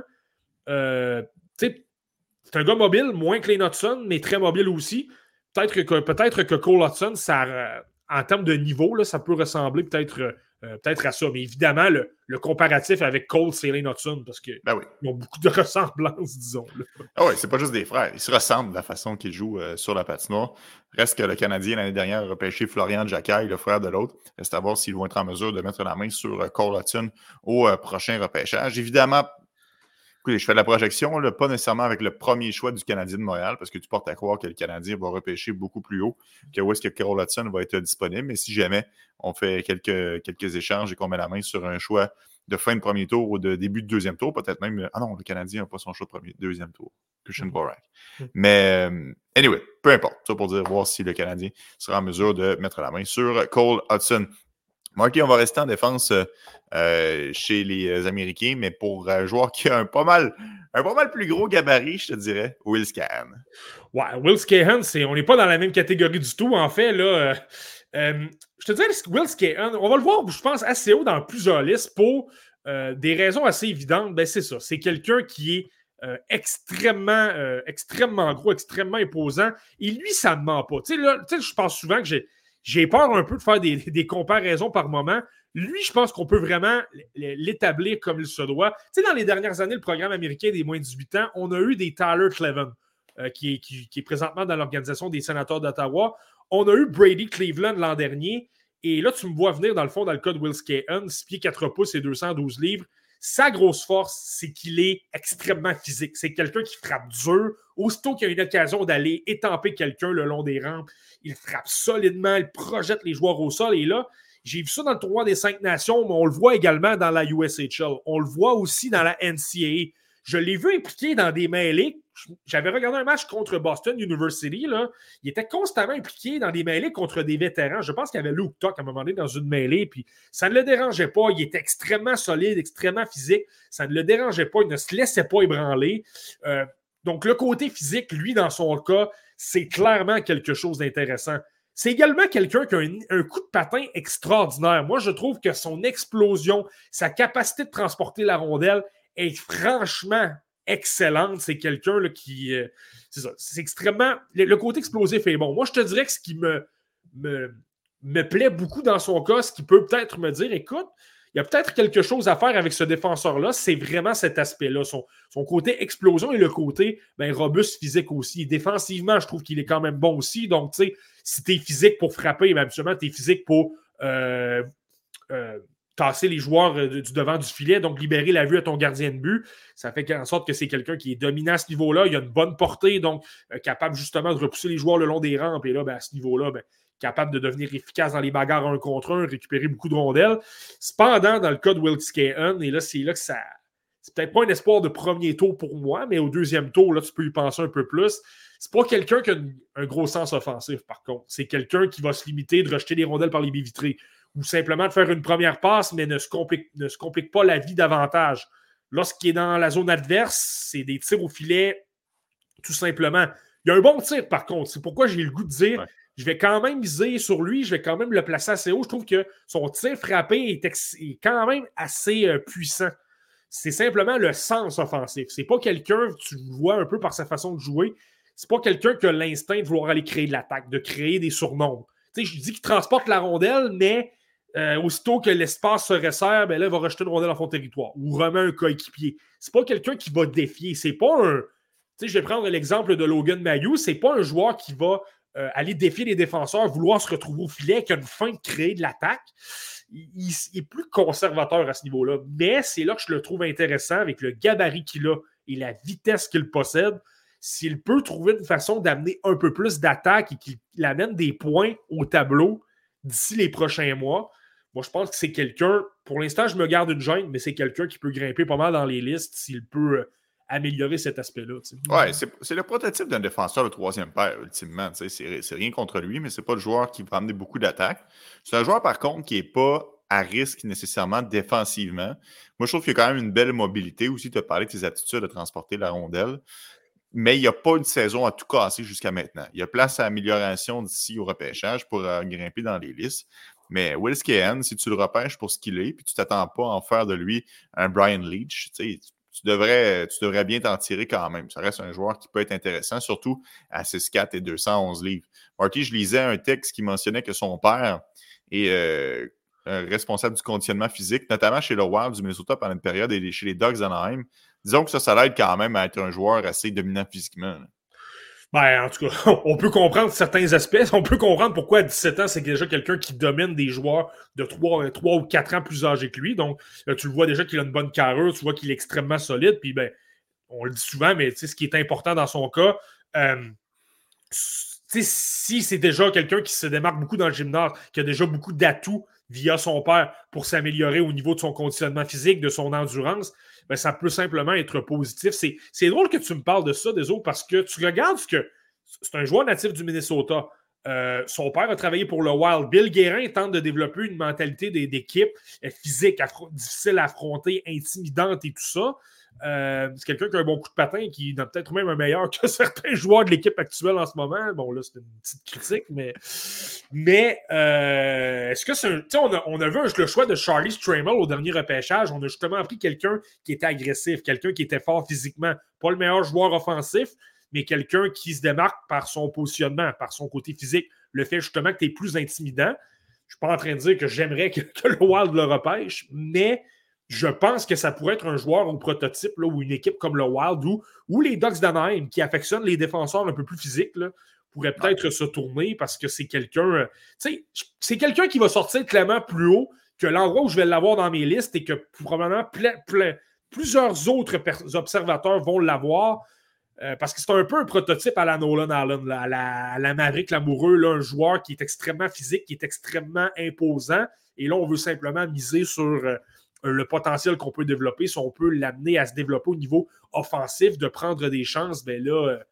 Euh, tu sais, c'est un gars mobile, moins que Lane Hudson, mais très mobile aussi. Peut-être que, peut-être que Cole Hudson, ça, en termes de niveau, là, ça peut ressembler peut-être euh, peut-être à ça. Mais évidemment, le, le comparatif avec Cole, c'est Lane Hudson, parce qu'ils ben oui. ont beaucoup de ressemblances, disons. Là. Ah oui, c'est pas juste des frères. Ils se ressemblent de la façon qu'ils jouent euh, sur la patinoire. Reste que le Canadien, l'année dernière, a repêché Florian Jacquet, le frère de l'autre. Reste à voir s'ils vont être en mesure de mettre la main sur euh, Cole Hudson au euh, prochain repêchage. Évidemment, écoutez, je fais de la projection, là, pas nécessairement avec le premier choix du Canadien de Montréal, parce que tu portes à croire que le Canadien va repêcher beaucoup plus haut que où est-ce que Cole Hudson va être disponible. Mais si jamais on fait quelques, quelques échanges et qu'on met la main sur un choix de fin de premier tour ou de début de deuxième tour, peut-être même... Ah non, le Canadien n'a pas son choix de premier, deuxième tour. Christian Dvorak. Mm-hmm. Mais, euh, anyway, peu importe. Ça pour dire, voir si le Canadien sera en mesure de mettre la main sur Cole Hudson. Marky, on va rester en défense euh, chez les Américains, mais pour un joueur qui a un pas mal, un pas mal plus gros gabarit, je te dirais, Will Scahan. Ouais, Will Scahan, c'est, on n'est pas dans la même catégorie du tout. En fait, là, euh, euh, je te dirais, Will Scahan, on va le voir, je pense, assez haut dans plusieurs listes pour euh, des raisons assez évidentes. Ben, c'est ça. C'est quelqu'un qui est euh, extrêmement, euh, extrêmement gros, extrêmement imposant. Et lui, ça ne ment pas. Tu sais, là, tu sais, je pense souvent que j'ai. J'ai peur un peu de faire des, des comparaisons par moment. Lui, je pense qu'on peut vraiment l'établir comme il se doit. Tu sais, dans les dernières années, le programme américain des moins de dix-huit ans, on a eu des Tyler Cleven, euh, qui, est, qui, qui est présentement dans l'organisation des Sénateurs d'Ottawa. On a eu Brady Cleveland l'an dernier. Et là, tu me vois venir, dans le fond, dans le cas de Will Scahan, six pieds quatre pouces et deux cent douze livres. Sa grosse force, c'est qu'il est extrêmement physique. C'est quelqu'un qui frappe dur. Aussitôt qu'il y a une occasion d'aller étamper quelqu'un le long des rampes, il frappe solidement, il projette les joueurs au sol. Et là, j'ai vu ça dans le tournoi des cinq nations, mais on le voit également dans la U S H L. On le voit aussi dans la N C A A. Je l'ai vu impliqué dans des mêlées. J'avais regardé un match contre Boston University. Là. Il était constamment impliqué dans des mêlées contre des vétérans. Je pense qu'il y avait Luke Tuck à un moment donné dans une mêlée, puis ça ne le dérangeait pas. Il était extrêmement solide, extrêmement physique. Ça ne le dérangeait pas. Il ne se laissait pas ébranler. Euh, donc, le côté physique, lui, dans son cas, c'est clairement quelque chose d'intéressant. C'est également quelqu'un qui a un, un coup de patin extraordinaire. Moi, je trouve que son explosion, sa capacité de transporter la rondelle est franchement excellente. C'est quelqu'un là, qui... Euh, c'est ça. C'est extrêmement... Le, le côté explosif est bon. Moi, je te dirais que ce qui me, me, me plaît beaucoup dans son cas, ce qui peut peut-être me dire, écoute, il y a peut-être quelque chose à faire avec ce défenseur-là, c'est vraiment cet aspect-là. Son, son côté explosion et le côté ben, robuste physique aussi. Défensivement, je trouve qu'il est quand même bon aussi. Donc, tu sais, si tu es physique pour frapper, ben, absolument, tu es physique pour euh, euh, tasser les joueurs euh, du devant du filet, donc libérer la vue à ton gardien de but. Ça fait en sorte que c'est quelqu'un qui est dominant à ce niveau-là. Il a une bonne portée, donc euh, capable justement de repousser les joueurs le long des rampes. Et là, ben, à ce niveau-là, ben, capable de devenir efficace dans les bagarres un contre un, récupérer beaucoup de rondelles. Cependant, dans le cas de Will Scahan, et là, c'est là que ça... C'est peut-être pas un espoir de premier tour pour moi, mais au deuxième tour, là, tu peux y penser un peu plus. C'est pas quelqu'un qui a un gros sens offensif, par contre. C'est quelqu'un qui va se limiter de rejeter des rondelles par les baies vitrées ou simplement de faire une première passe, mais ne se complique, ne se complique pas la vie davantage. Lorsqu'il est dans la zone adverse, c'est des tirs au filet, tout simplement. Il y a un bon tir, par contre. C'est pourquoi j'ai le goût de dire... Ouais. Je vais quand même miser sur lui, je vais quand même le placer assez haut. Je trouve que son tir frappé est, ex- est quand même assez euh, puissant. C'est simplement le sens offensif. C'est pas quelqu'un, tu le vois un peu par sa façon de jouer, c'est pas quelqu'un qui a l'instinct de vouloir aller créer de l'attaque, de créer des surnombres. Tu sais, je dis qu'il transporte la rondelle, mais euh, aussitôt que l'espace se resserre, ben là, il va rejeter une rondelle dans son territoire ou remet un coéquipier. C'est pas quelqu'un qui va défier. C'est pas un... Tu sais, je vais prendre l'exemple de Logan Mailloux. C'est pas un joueur qui va Euh, aller défier les défenseurs, vouloir se retrouver au filet, qui a une fin de créer de l'attaque. Il, il, il est plus conservateur à ce niveau-là. Mais c'est là que je le trouve intéressant avec le gabarit qu'il a et la vitesse qu'il possède. S'il peut trouver une façon d'amener un peu plus d'attaque et qu'il amène des points au tableau d'ici les prochains mois, moi, je pense que c'est quelqu'un, pour l'instant, je me garde une gêne, mais c'est quelqu'un qui peut grimper pas mal dans les listes s'il peut améliorer cet aspect-là. Oui, c'est, c'est le prototype d'un défenseur de troisième paire, ultimement. C'est, c'est rien contre lui, mais c'est pas le joueur qui va amener beaucoup d'attaques. C'est un joueur, par contre, qui n'est pas à risque nécessairement défensivement. Moi, je trouve qu'il y a quand même une belle mobilité aussi. Tu as parlé de ses aptitudes à transporter la rondelle. Mais il n'y a pas une saison à tout casser jusqu'à maintenant. Il y a place à amélioration d'ici au repêchage pour euh, grimper dans les listes. Mais Will Scahan, si tu le repêches pour ce qu'il est, puis tu ne t'attends pas à en faire de lui un Brian Leach, tu sais, Tu devrais, tu devrais bien t'en tirer quand même. Ça reste un joueur qui peut être intéressant, surtout à six quatre et deux cent onze livres. Marty, je lisais un texte qui mentionnait que son père est, euh, euh, responsable du conditionnement physique, notamment chez le Wild du Minnesota pendant une période et chez les Ducks d'Anaheim. Disons que ça, ça l'aide quand même à être un joueur assez dominant physiquement. Là. Ben, en tout cas, on peut comprendre certains aspects. On peut comprendre pourquoi à dix-sept ans, c'est déjà quelqu'un qui domine des joueurs de trois ou quatre ans plus âgés que lui. Donc, là, tu le vois déjà qu'il a une bonne carrure, tu vois qu'il est extrêmement solide. Puis, ben, on le dit souvent, mais ce qui est important dans son cas, euh, si c'est déjà quelqu'un qui se démarque beaucoup dans le gymnase, qui a déjà beaucoup d'atouts via son père pour s'améliorer au niveau de son conditionnement physique, de son endurance, ben, ça peut simplement être positif. C'est, c'est drôle que tu me parles de ça, désolé, parce que tu regardes ce que c'est un joueur natif du Minnesota. Euh, son père a travaillé pour le Wild. Bill Guérin tente de développer une mentalité d'équipe physique, affro- difficile à affronter, intimidante et tout ça. Euh, c'est quelqu'un qui a un bon coup de patin, qui est peut-être même un meilleur que certains joueurs de l'équipe actuelle en ce moment. Bon, là, c'est une petite critique, mais, mais euh, est-ce que c'est un. Tu sais, on a, on a vu le choix de Charlie Stramel au dernier repêchage. On a justement pris quelqu'un qui était agressif, quelqu'un qui était fort physiquement. Pas le meilleur joueur offensif, mais quelqu'un qui se démarque par son positionnement, par son côté physique. Le fait justement que tu es plus intimidant. Je ne suis pas en train de dire que j'aimerais que, que le Wild le repêche, mais je pense que ça pourrait être un joueur ou prototype là, ou une équipe comme le Wild ou, ou les Ducks d'Anaheim qui affectionnent les défenseurs un peu plus physiques là, pourraient peut-être se tourner parce que c'est quelqu'un euh, tu sais, c'est quelqu'un qui va sortir clairement plus haut que l'endroit où je vais l'avoir dans mes listes et que probablement ple- ple- plusieurs autres per- observateurs vont l'avoir euh, parce que c'est un peu un prototype à la Nolan Allen, là, à la, à la Maverick Lamoureux, là, un joueur qui est extrêmement physique, qui est extrêmement imposant et là on veut simplement miser sur euh, le potentiel qu'on peut développer, si on peut l'amener à se développer au niveau offensif, de prendre des chances, bien là, euh,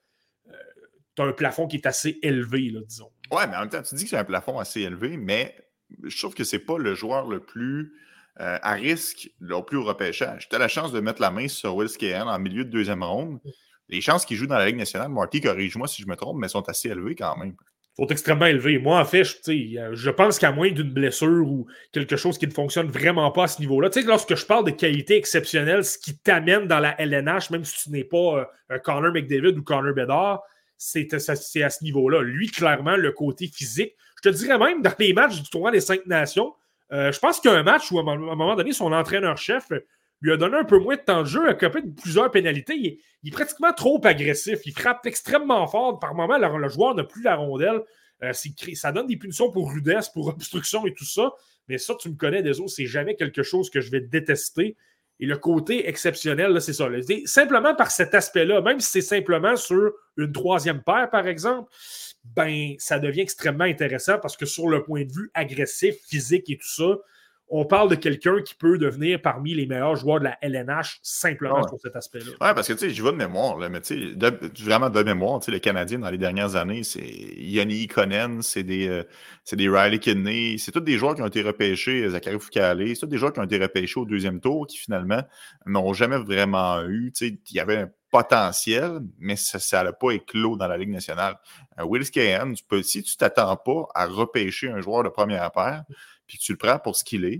tu as un plafond qui est assez élevé, là, disons. Ouais, mais en même temps, tu dis que c'est un plafond assez élevé, mais je trouve que c'est pas le joueur le plus euh, à risque, le plus au repêchage. Tu as la chance de mettre la main sur Will Scahan en milieu de deuxième ronde. Les chances qu'il joue dans la Ligue nationale, Marty, corrige-moi si je me trompe, mais sont assez élevées quand même. Sont extrêmement élevés. Moi, en fait, je, je pense qu'à moins d'une blessure ou quelque chose qui ne fonctionne vraiment pas à ce niveau-là, tu sais, lorsque je parle de qualité exceptionnelle, ce qui t'amène dans la L N H, même si tu n'es pas euh, un Connor McDavid ou Connor Bedard, c'est, c'est à ce niveau-là. Lui, clairement, le côté physique, je te dirais même dans les matchs du tournoi des cinq nations, euh, je pense qu'il y a un match où, à un moment donné, son entraîneur-chef lui a donné un peu moins de temps de jeu, a copé de plusieurs pénalités. Il est, il est pratiquement trop agressif. Il frappe extrêmement fort. Par moment, le, le joueur n'a plus la rondelle. Euh, c'est, ça donne des punitions pour rudesse, pour obstruction et tout ça. Mais ça, tu me connais, désolé, c'est jamais quelque chose que je vais détester. Et le côté exceptionnel, là, c'est ça. Là. C'est simplement par cet aspect-là, même si c'est simplement sur une troisième paire, par exemple, ben, ça devient extrêmement intéressant parce que sur le point de vue agressif, physique et tout ça, on parle de quelqu'un qui peut devenir parmi les meilleurs joueurs de la L N H simplement ouais. sur cet aspect-là. Oui, parce que tu sais, je vais de mémoire, là, mais tu sais, de, vraiment de mémoire, tu sais, les Canadiens dans les dernières années, c'est Yanni Ikonen, c'est des, euh, c'est des Riley Kidney, c'est tous des joueurs qui ont été repêchés, Zachary Foucault, c'est tous des joueurs qui ont été repêchés au deuxième tour qui finalement n'ont jamais vraiment eu, tu sais, il y avait un potentiel, mais ça n'a pas éclos dans la Ligue nationale. Uh, Will Scahan, tu peux, si tu ne t'attends pas à repêcher un joueur de première paire, puis que tu le prends pour ce qu'il est,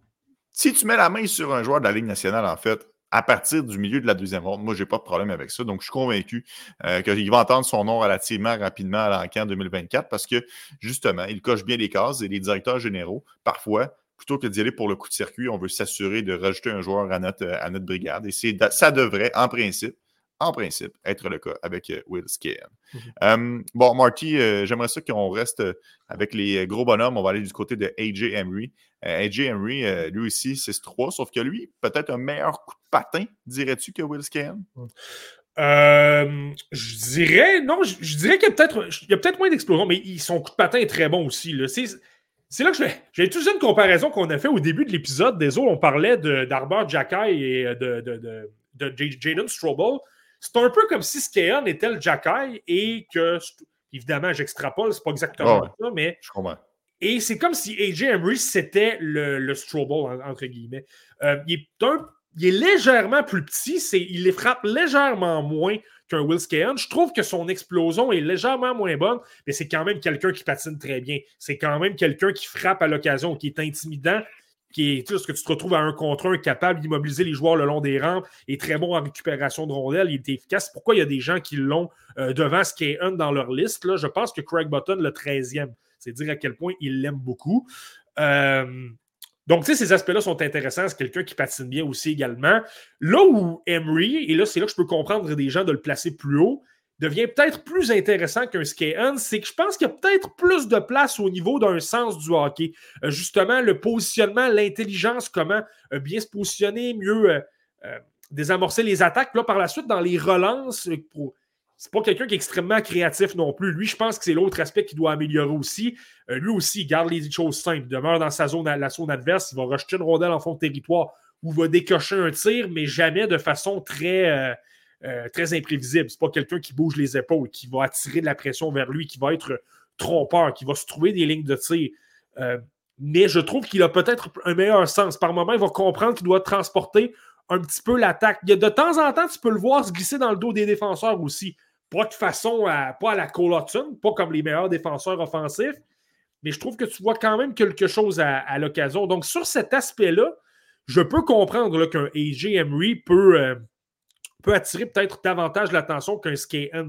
si tu mets la main sur un joueur de la Ligue nationale, en fait, à partir du milieu de la deuxième ronde, moi, je n'ai pas de problème avec ça. Donc, je suis convaincu euh, qu'il va entendre son nom relativement rapidement à l'encan deux mille vingt-quatre parce que, justement, il coche bien les cases et les directeurs généraux, parfois, plutôt que d'y aller pour le coup de circuit, on veut s'assurer de rajouter un joueur à notre, à notre brigade. Et c'est, ça devrait, en principe, en principe, être le cas avec euh, Will Scahan. Mm-hmm. Um, bon, Marty, euh, j'aimerais ça qu'on reste avec les gros bonhommes. On va aller du côté de A J Emery. Euh, A J Emery, euh, lui aussi, six trois, sauf que lui, peut-être un meilleur coup de patin, dirais-tu, que Will Scahan? Euh, je dirais, non, je, je dirais qu'il y a peut-être, il y a peut-être moins d'explosion, mais il, son coup de patin est très bon aussi. Là. C'est, c'est là que je vais. J'ai utilisé une comparaison qu'on a fait au début de l'épisode. Désolé, on parlait de, d'Arbor Xhekaj et de, de, de, de, de Jadon Strobel. C'est un peu comme si Scahan était le Xhekaj et que, évidemment, j'extrapole, c'est pas exactement oh ouais, ça, mais. Je comprends. Et c'est comme si A J Emery, c'était le, le Strobel, entre guillemets. Euh, il, est un, il est légèrement plus petit, c'est, il les frappe légèrement moins qu'un Will Scahan. Je trouve que son explosion est légèrement moins bonne, mais c'est quand même quelqu'un qui patine très bien. C'est quand même quelqu'un qui frappe à l'occasion, qui est intimidant, qui est, tu sais, que tu te retrouves à un contre un, capable d'immobiliser les joueurs le long des rampes, est très bon en récupération de rondelles, il est efficace. Pourquoi il y a des gens qui l'ont euh, devant Scahan dans leur liste? Là, je pense que Craig Button, le treizième, c'est dire à quel point il l'aime beaucoup. Euh, Donc, tu sais, ces aspects-là sont intéressants. C'est quelqu'un qui patine bien aussi également. Là où Emery, et là, c'est là que je peux comprendre des gens de le placer plus haut, devient peut-être plus intéressant qu'un Skahan, c'est que je pense qu'il y a peut-être plus de place au niveau d'un sens du hockey. Euh, justement, le positionnement, l'intelligence, comment euh, bien se positionner, mieux euh, euh, désamorcer les attaques. Là, par la suite, dans les relances, pour... c'est pas quelqu'un qui est extrêmement créatif non plus. Lui, je pense que c'est l'autre aspect qu'il doit améliorer aussi. Euh, lui aussi, il garde les choses simples. Il demeure dans sa zone, la zone adverse. Il va rejeter une rondelle en fond de territoire ou va décocher un tir, mais jamais de façon très, euh, euh, très imprévisible. C'est pas quelqu'un qui bouge les épaules, qui va attirer de la pression vers lui, qui va être trompeur, qui va se trouver des lignes de tir. Euh, mais je trouve qu'il a peut-être un meilleur sens. Par moment, il va comprendre qu'il doit transporter un petit peu l'attaque. Il y a de temps en temps, tu peux le voir se glisser dans le dos des défenseurs aussi. Pas de façon, à, pas à la Cole Hudson, pas comme les meilleurs défenseurs offensifs, mais je trouve que tu vois quand même quelque chose à, à l'occasion. Donc, sur cet aspect-là, je peux comprendre là, qu'un A J Emery peut, euh, peut attirer peut-être davantage l'attention qu'un Skahan.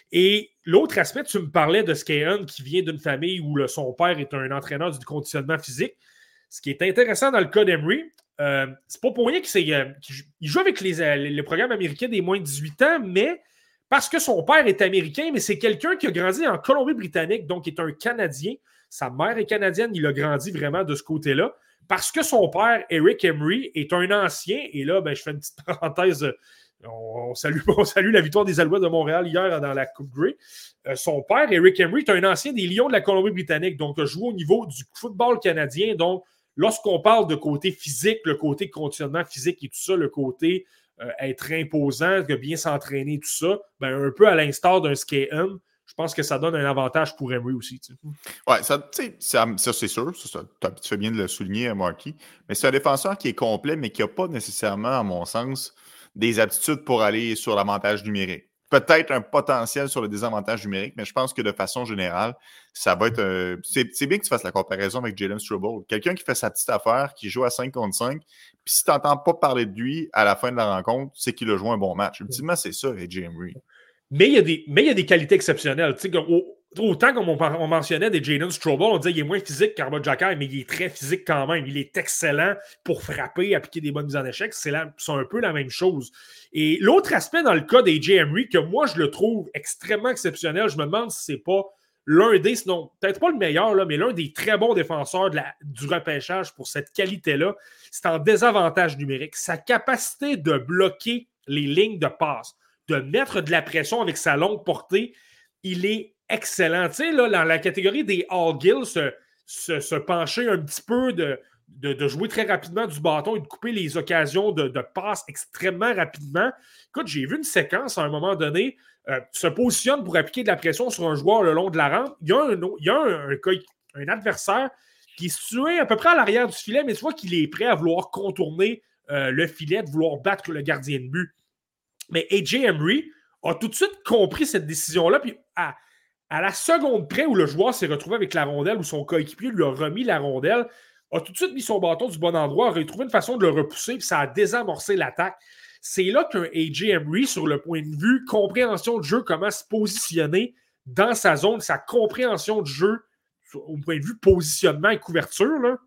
Et l'autre aspect, tu me parlais de Skahan qui vient d'une famille où le, son père est un entraîneur du conditionnement physique. Ce qui est intéressant dans le cas d'Emery, euh, c'est pas pour rien qu'il, euh, qu'il joue avec les, les, les programmes américains des moins de dix-huit ans, mais parce que son père est américain, mais c'est quelqu'un qui a grandi en Colombie-Britannique, donc est un Canadien. Sa mère est canadienne, il a grandi vraiment de ce côté-là. Parce que son père, Eric Emery, est un ancien, et là, ben, je fais une petite parenthèse, on, on, salue, on salue la victoire des Alouettes de Montréal hier dans la Coupe Grey. Euh, son père, Eric Emery, est un ancien des Lions de la Colombie-Britannique, donc a joué au niveau du football canadien. Donc, lorsqu'on parle de côté physique, le côté conditionnement physique et tout ça, le côté euh, être imposant, de bien s'entraîner, tout ça, ben, un peu à l'instar d'un Skahan, je pense que ça donne un avantage pour Emery aussi. Tu sais. Oui, ça, ça, ça c'est sûr. Ça, ça, tu fais bien de le souligner, Marky. Mais c'est un défenseur qui est complet, mais qui n'a pas nécessairement, à mon sens, des aptitudes pour aller sur l'avantage numérique. Peut-être un potentiel sur le désavantage numérique, mais je pense que de façon générale, ça va être... Euh, c'est, c'est bien que tu fasses la comparaison avec Jalen Struble. Quelqu'un qui fait sa petite affaire, qui joue à cinq contre cinq, puis si tu n'entends pas parler de lui à la fin de la rencontre, c'est qu'il a joué un bon match. Ultimement, c'est ça, A J Emery. Mais il y a des, mais il y a des qualités exceptionnelles. Tu sais, au, autant comme on, on mentionnait des Jalen Struble, on disait qu'il est moins physique qu'Arma Xhekaj, mais il est très physique quand même. Il est excellent pour frapper, appliquer des bonnes mises en échec. C'est, la, c'est un peu la même chose. Et l'autre aspect dans le cas d'A J Emery, que moi, je le trouve extrêmement exceptionnel, je me demande si c'est pas l'un des, sinon peut-être pas le meilleur, là, mais l'un des très bons défenseurs de la, du repêchage pour cette qualité-là, c'est en désavantage numérique. Sa capacité de bloquer les lignes de passe, de mettre de la pression avec sa longue portée, il est excellent. Tu sais, là, dans la catégorie des All-Gill, se, se, se pencher un petit peu, de, de, de jouer très rapidement du bâton et de couper les occasions de, de passe extrêmement rapidement. Écoute, j'ai vu une séquence à un moment donné, euh, se positionne pour appliquer de la pression sur un joueur le long de la rampe. Il y a un, il y a un, un, un adversaire qui est situé à peu près à l'arrière du filet, mais tu vois qu'il est prêt à vouloir contourner euh, le filet, de vouloir battre le gardien de but. Mais A J Emery a tout de suite compris cette décision-là, puis à, à la seconde près où le joueur s'est retrouvé avec la rondelle, où son coéquipier lui a remis la rondelle, a tout de suite mis son bâton du bon endroit, a retrouvé une façon de le repousser, puis ça a désamorcé l'attaque. C'est là qu'un A J Emery, sur le point de vue compréhension de jeu, comment se positionner dans sa zone, sa compréhension de jeu au point de vue positionnement et couverture, là,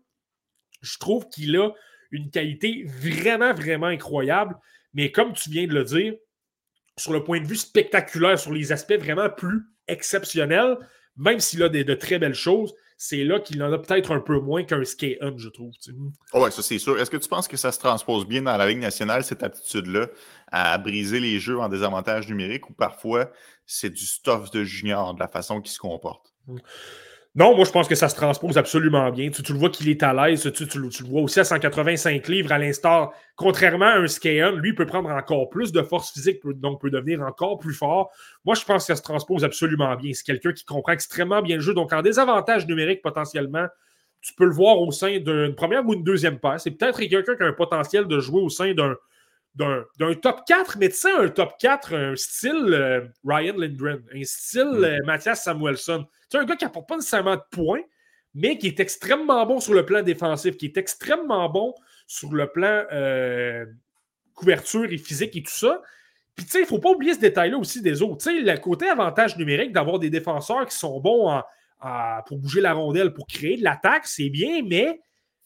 je trouve qu'il a une qualité vraiment, vraiment incroyable. Mais comme tu viens de le dire, sur le point de vue spectaculaire, sur les aspects vraiment plus exceptionnels, même s'il a des, de très belles choses, c'est là qu'il en a peut-être un peu moins qu'un Skahan, je trouve. Tu sais. Oh oui, ça c'est sûr. Est-ce que tu penses que ça se transpose bien dans la Ligue nationale, cette aptitude-là, à briser les jeux en désavantage numérique, ou parfois c'est du stuff de junior, de la façon qu'il se comporte? Mmh. Non, moi, je pense que ça se transpose absolument bien. Tu, tu le vois qu'il est à l'aise. Tu, tu, tu le vois aussi à cent quatre-vingt-cinq livres, à l'instar. Contrairement à un Skahan, lui, il peut prendre encore plus de force physique, donc peut devenir encore plus fort. Moi, je pense que ça se transpose absolument bien. C'est quelqu'un qui comprend extrêmement bien le jeu. Donc, en désavantage numérique, potentiellement, tu peux le voir au sein d'une première ou une deuxième paire. C'est peut-être quelqu'un qui a un potentiel de jouer au sein d'un, d'un, d'un top quatre, mais tu sais, un top quatre, un style euh, Ryan Lindgren, un style euh, Mathias Samuelsson. C'est un gars qui n'apporte pas nécessairement de points, mais qui est extrêmement bon sur le plan défensif, qui est extrêmement bon sur le plan euh, couverture et physique et tout ça. Puis, tu sais, il ne faut pas oublier ce détail-là aussi des autres. Tu sais, le côté avantage numérique d'avoir des défenseurs qui sont bons en, en, pour bouger la rondelle, pour créer de l'attaque, c'est bien, mais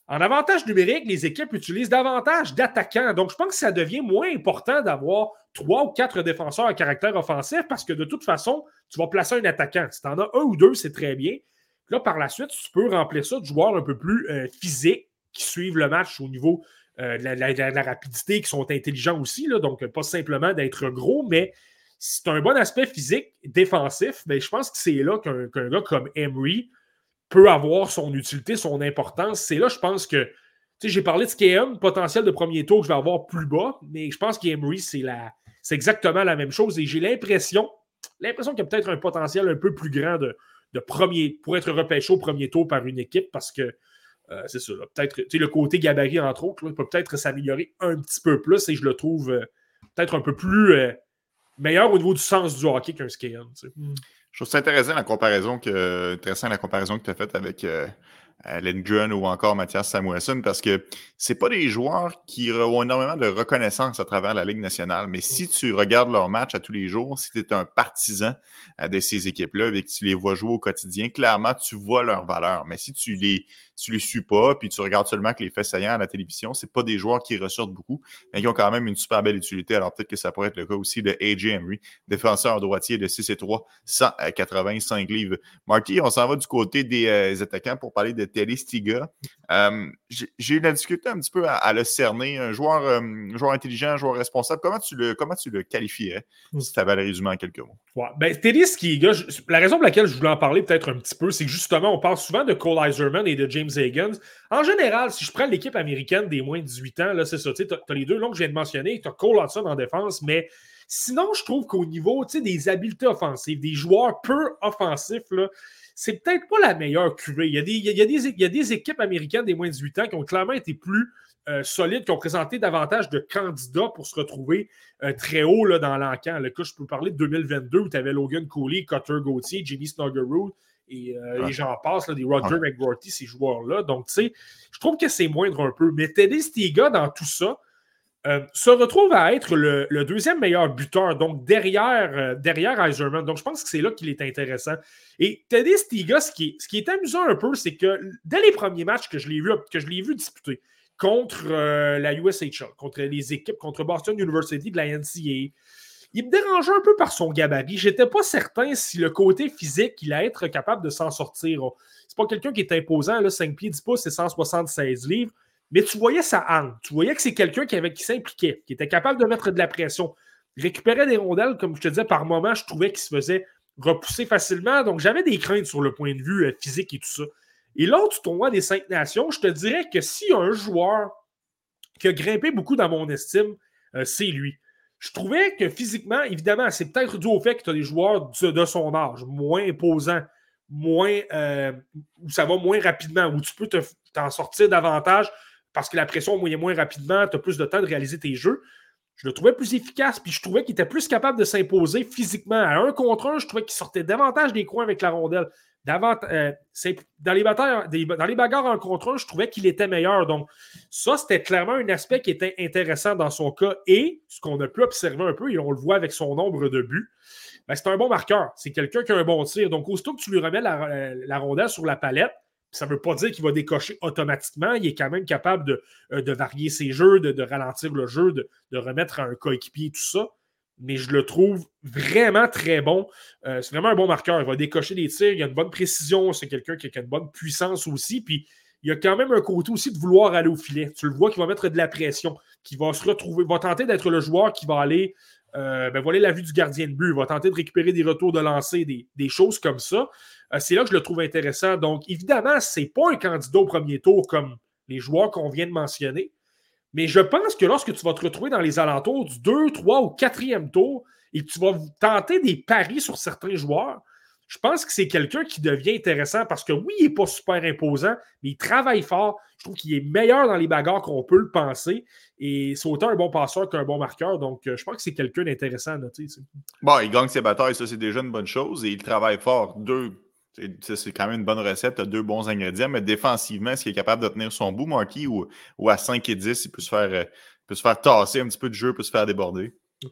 En avantage numérique, les équipes utilisent davantage d'attaquants. Donc, je pense que ça devient moins important d'avoir trois ou quatre défenseurs à caractère offensif parce que de toute façon, tu vas placer un attaquant. Si tu en as un ou deux, c'est très bien. Puis là, par la suite, tu peux remplir ça de joueurs un peu plus euh, physiques qui suivent le match au niveau euh, de, la, la, de la rapidité, qui sont intelligents aussi. Là, donc, pas simplement d'être gros, mais si tu as un bon aspect physique défensif, ben, je pense que c'est là qu'un, qu'un gars comme Emery peut avoir son utilité, son importance. C'est là, je pense que, tu sais, j'ai parlé de Skahan, potentiel de premier tour que je vais avoir plus bas, mais je pense qu'Emery, c'est, la, c'est exactement la même chose. Et j'ai l'impression, l'impression qu'il y a peut-être un potentiel un peu plus grand de, de premier, pour être repêché au premier tour par une équipe, parce que, euh, c'est ça, là, peut-être, tu sais, le côté gabarit, entre autres, là, peut peut-être s'améliorer un petit peu plus, et je le trouve euh, peut-être un peu plus euh, meilleur au niveau du sens du hockey qu'un Skahan, tu sais. Mm. Je trouve ça intéressant la comparaison que, intéressant la comparaison que tu as faite avec euh, Lindgren ou encore Mathias Samuelsson parce que c'est pas des joueurs qui ont énormément de reconnaissance à travers la Ligue nationale. Mais si tu regardes leurs matchs à tous les jours, si tu es un partisan euh, de ces équipes-là et que tu les vois jouer au quotidien, clairement, tu vois leur valeur. Mais si tu les tu les suis pas, puis tu regardes seulement que les faits saillants à la télévision, c'est pas des joueurs qui ressortent beaucoup, mais qui ont quand même une super belle utilité. Alors peut-être que ça pourrait être le cas aussi de A J Emery, défenseur droitier de six et trois, cent quatre-vingt-cinq livres. Marty, on s'en va du côté des euh, attaquants pour parler de Teddy Stiga. Euh, j'ai, j'ai eu la difficulté un petit peu à, à le cerner. Un joueur, euh, un joueur intelligent, un joueur responsable. Comment tu le, comment tu le qualifierais, si tu avais à le résumer en quelques mots? Ouais. Ben, Teddy Stiga, je, la raison pour laquelle je voulais en parler peut-être un petit peu, c'est que justement, on parle souvent de Cole Eiserman et de James Higgins. En général, si je prends l'équipe américaine des moins de dix-huit ans, là, c'est ça, tu sais, t'as, t'as les deux noms que je viens de mentionner, t'as Cole Hudson en défense, mais sinon, je trouve qu'au niveau, tu sais, des habiletés offensives, des joueurs peu offensifs, là, c'est peut-être pas la meilleure cuvée. Il y a des, il y a des, il y a des équipes américaines des moins de dix-huit ans qui ont clairement été plus euh, solides, qui ont présenté davantage de candidats pour se retrouver euh, très haut là, dans l'encan. Le cas, je peux parler de deux mille vingt-deux où tu avais Logan Cooley, Cutter Gauthier, Jimmy Snuggerud et, euh, ouais. et j'en passe, là, des Roger ouais. McGrorty, ces joueurs-là. Donc, tu sais, je trouve que c'est moindre un peu. Mais Teddy Stiga, dans tout ça, Euh, se retrouve à être le, le deuxième meilleur buteur, donc derrière, euh, derrière Eiserman. Donc, je pense que c'est là qu'il est intéressant. Et Teddy Stiga, ce qui, est, ce qui est amusant un peu, c'est que dès les premiers matchs que je l'ai vu, que je l'ai vu disputer contre euh, la U S H L, contre les équipes, contre Boston University de la N C A A, il me dérangeait un peu par son gabarit. Je n'étais pas certain si le côté physique, il allait être capable de s'en sortir. C'est pas quelqu'un qui est imposant, là, cinq pieds dix pouces et cent soixante-seize livres. Mais tu voyais sa hanne. Tu voyais que c'est quelqu'un qui, avait, qui s'impliquait, qui était capable de mettre de la pression. Il récupérait des rondelles, comme je te disais, par moment, je trouvais qu'il se faisait repousser facilement. Donc, j'avais des craintes sur le point de vue euh, physique et tout ça. Et l'autre tournoi des Cinq Nations, je te dirais que s'il y a un joueur qui a grimpé beaucoup dans mon estime, euh, c'est lui. Je trouvais que physiquement, évidemment, c'est peut-être dû au fait que tu as des joueurs de, de son âge, moins imposants, moins, euh, où ça va moins rapidement, où tu peux te, t'en sortir davantage parce que la pression est moins rapidement, tu as plus de temps de réaliser tes jeux. Je le trouvais plus efficace, puis je trouvais qu'il était plus capable de s'imposer physiquement. À un contre un, je trouvais qu'il sortait davantage des coins avec la rondelle. Davant, euh, dans, les batailles, dans les bagarres un contre un, je trouvais qu'il était meilleur. Donc, ça, c'était clairement un aspect qui était intéressant dans son cas. Et ce qu'on a pu observer un peu, et on le voit avec son nombre de buts, ben, c'est un bon marqueur. C'est quelqu'un qui a un bon tir. Donc, aussitôt que tu lui remets la, la rondelle sur la palette, ça ne veut pas dire qu'il va décocher automatiquement. Il est quand même capable de, de varier ses jeux, de, de ralentir le jeu, de, de remettre un coéquipier, tout ça. Mais je le trouve vraiment très bon. Euh, c'est vraiment un bon marqueur. Il va décocher des tirs. Il a une bonne précision. C'est quelqu'un qui a une bonne puissance aussi. Puis, il y a quand même un côté aussi de vouloir aller au filet. Tu le vois qu'il va mettre de la pression, qu'il va se retrouver, va tenter d'être le joueur qui va aller euh, ben, voler la vue du gardien de but, va tenter de récupérer des retours de lancer, des, des choses comme ça. Euh, c'est là que je le trouve intéressant. Donc, évidemment, ce n'est pas un candidat au premier tour comme les joueurs qu'on vient de mentionner. Mais je pense que lorsque tu vas te retrouver dans les alentours du deux, trois ou quatrième tour et que tu vas tenter des paris sur certains joueurs, je pense que c'est quelqu'un qui devient intéressant parce que oui, il n'est pas super imposant, mais il travaille fort. Je trouve qu'il est meilleur dans les bagarres qu'on peut le penser. Et c'est autant un bon passeur qu'un bon marqueur. Donc, je pense que c'est quelqu'un d'intéressant à noter. T'sais. Bon, il gagne ses batailles, ça, c'est déjà une bonne chose. Et il travaille fort. Deux, c'est, c'est quand même une bonne recette. Tu as deux bons ingrédients. Mais défensivement, est-ce qu'il est capable de tenir son bout, Marky, ou, ou à cinq et dix, il peut se faire, il peut se faire tasser un petit peu de jeu, il peut se faire déborder?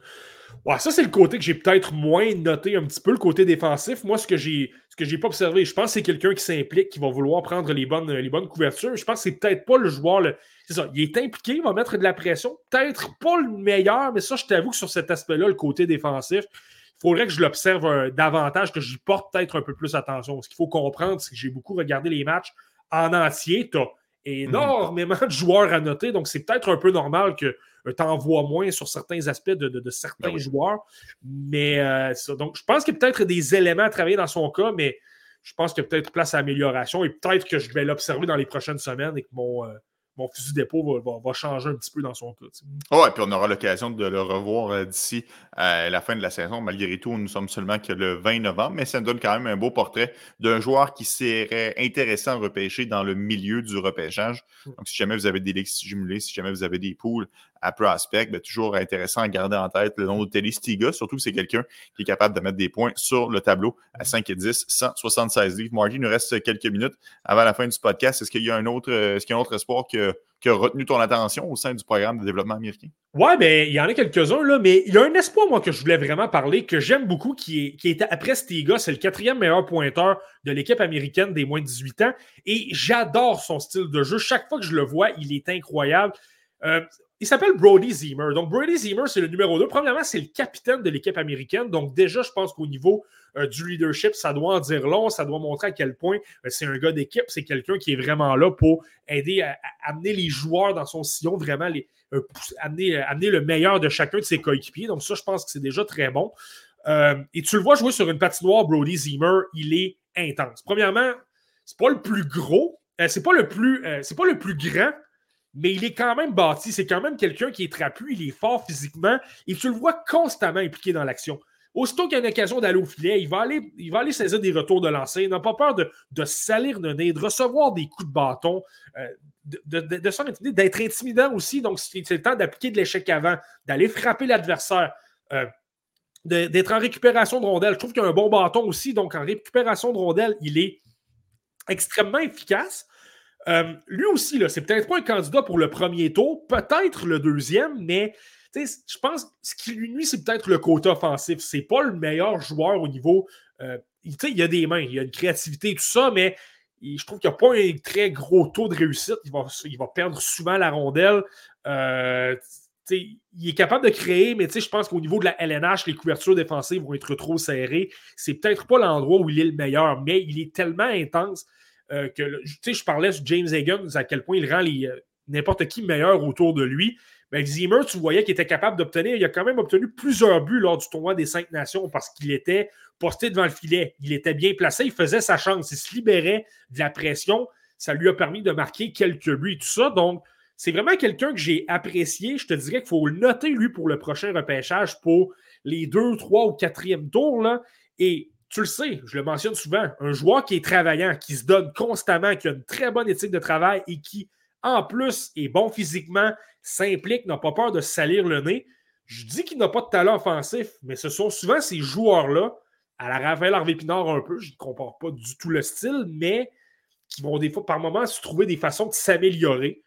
Ouais, ça, c'est le côté que j'ai peut-être moins noté un petit peu, le côté défensif. Moi, ce que j'ai ce que j'ai pas observé, je pense que c'est quelqu'un qui s'implique, qui va vouloir prendre les bonnes, les bonnes couvertures. Je pense que c'est peut-être pas le joueur. Le... C'est ça, il est impliqué, il va mettre de la pression. Peut-être pas le meilleur, mais ça, je t'avoue que sur cet aspect-là, le côté défensif, il faudrait que je l'observe euh, davantage, que j'y porte peut-être un peu plus attention. Ce qu'il faut comprendre, c'est que j'ai beaucoup regardé les matchs en entier. Tu as énormément mm-hmm. de joueurs à noter, donc c'est peut-être un peu normal que euh, tu en vois moins sur certains aspects de, de, de certains ben oui. joueurs. Mais euh, ça, donc, je pense qu'il y a peut-être des éléments à travailler dans son cas, mais je pense qu'il y a peut-être place à amélioration et peut-être que je vais l'observer dans les prochaines semaines et que mon... Euh, mon fusil d'épaule va, va, va changer un petit peu dans son cas. Oui, puis on aura l'occasion de le revoir euh, d'ici euh, la fin de la saison. Malgré tout, nous sommes seulement que le vingt novembre, mais ça nous donne quand même un beau portrait d'un joueur qui serait intéressant à repêcher dans le milieu du repêchage. Donc, si jamais vous avez des ligues simulées, si jamais vous avez des poules à prospect, bien, toujours intéressant à garder en tête le nom de Telly Stiga, surtout que c'est quelqu'un qui est capable de mettre des points sur le tableau à cinq et dix, cent soixante-seize livres. Marty, il nous reste quelques minutes avant la fin du podcast. Est-ce qu'il y a un autre, est-ce qu'il y a un autre espoir que qui a retenu ton attention au sein du programme de développement américain? Ouais, bien, il y en a quelques-uns, là, mais il y a un espoir, moi, que je voulais vraiment parler, que j'aime beaucoup, qui, est, qui était après Stiga. C'est le quatrième meilleur pointeur de l'équipe américaine des moins de dix-huit ans. Et j'adore son style de jeu. Chaque fois que je le vois, il est incroyable. Euh, il s'appelle Brody Zimmer. Donc, Brody Zimmer, c'est le numéro deux. Premièrement, c'est le capitaine de l'équipe américaine. Donc, déjà, je pense qu'au niveau euh, du leadership, ça doit en dire long. Ça doit montrer à quel point euh, c'est un gars d'équipe. C'est quelqu'un qui est vraiment là pour aider à, à amener les joueurs dans son sillon, vraiment les, euh, amener, amener le meilleur de chacun de ses coéquipiers. Donc, ça, je pense que c'est déjà très bon. Euh, et tu le vois jouer sur une patinoire, Brody Zimmer, il est intense. Premièrement, c'est pas le plus gros, euh, c'est pas le plus, euh, c'est pas le plus grand, mais il est quand même bâti. C'est quand même quelqu'un qui est trapu, il est fort physiquement et tu le vois constamment impliqué dans l'action. Aussitôt qu'il y a une occasion d'aller au filet, il va aller, il va aller saisir des retours de lancer. Il n'a pas peur de, de salir le nez, de recevoir des coups de bâton, euh, de, de, de, de s'intimider, d'être intimidant aussi. Donc, c'est, c'est le temps d'appliquer de l'échec avant, d'aller frapper l'adversaire, euh, de, d'être en récupération de rondelles. Je trouve qu'il a un bon bâton aussi. Donc, en récupération de rondelles, il est extrêmement efficace. Euh, lui aussi, là, c'est peut-être pas un candidat pour le premier tour, peut-être le deuxième, mais je pense que ce qui lui nuit, c'est peut-être le côté offensif. C'est pas le meilleur joueur au niveau... Euh, il y a des mains, il y a une créativité et tout ça, mais il, je trouve qu'il n'y a pas un très gros taux de réussite. Il va, il va perdre souvent la rondelle. Euh, il est capable de créer, mais je pense qu'au niveau de la L N H, les couvertures défensives vont être trop serrées. C'est peut-être pas l'endroit où il est le meilleur, mais il est tellement intense Euh, que, tu sais, je parlais sur James Higgins, à quel point il rend les, euh, n'importe qui meilleur autour de lui. Ben, Zimmer, tu voyais qu'il était capable d'obtenir, il a quand même obtenu plusieurs buts lors du tournoi des Cinq Nations parce qu'il était posté devant le filet. Il était bien placé, il faisait sa chance, il se libérait de la pression. Ça lui a permis de marquer quelques buts et tout ça. Donc, c'est vraiment quelqu'un que j'ai apprécié. Je te dirais qu'il faut le noter, lui, pour le prochain repêchage pour les deux, trois ou quatrième tours, là. Et tu le sais, je le mentionne souvent, un joueur qui est travaillant, qui se donne constamment, qui a une très bonne éthique de travail et qui, en plus, est bon physiquement, s'implique, n'a pas peur de salir le nez. Je dis qu'il n'a pas de talent offensif, mais ce sont souvent ces joueurs-là, à la Raphaël Harvey-Pinard un peu, je ne compare pas du tout le style, mais qui vont des fois, par moments, se trouver des façons de s'améliorer,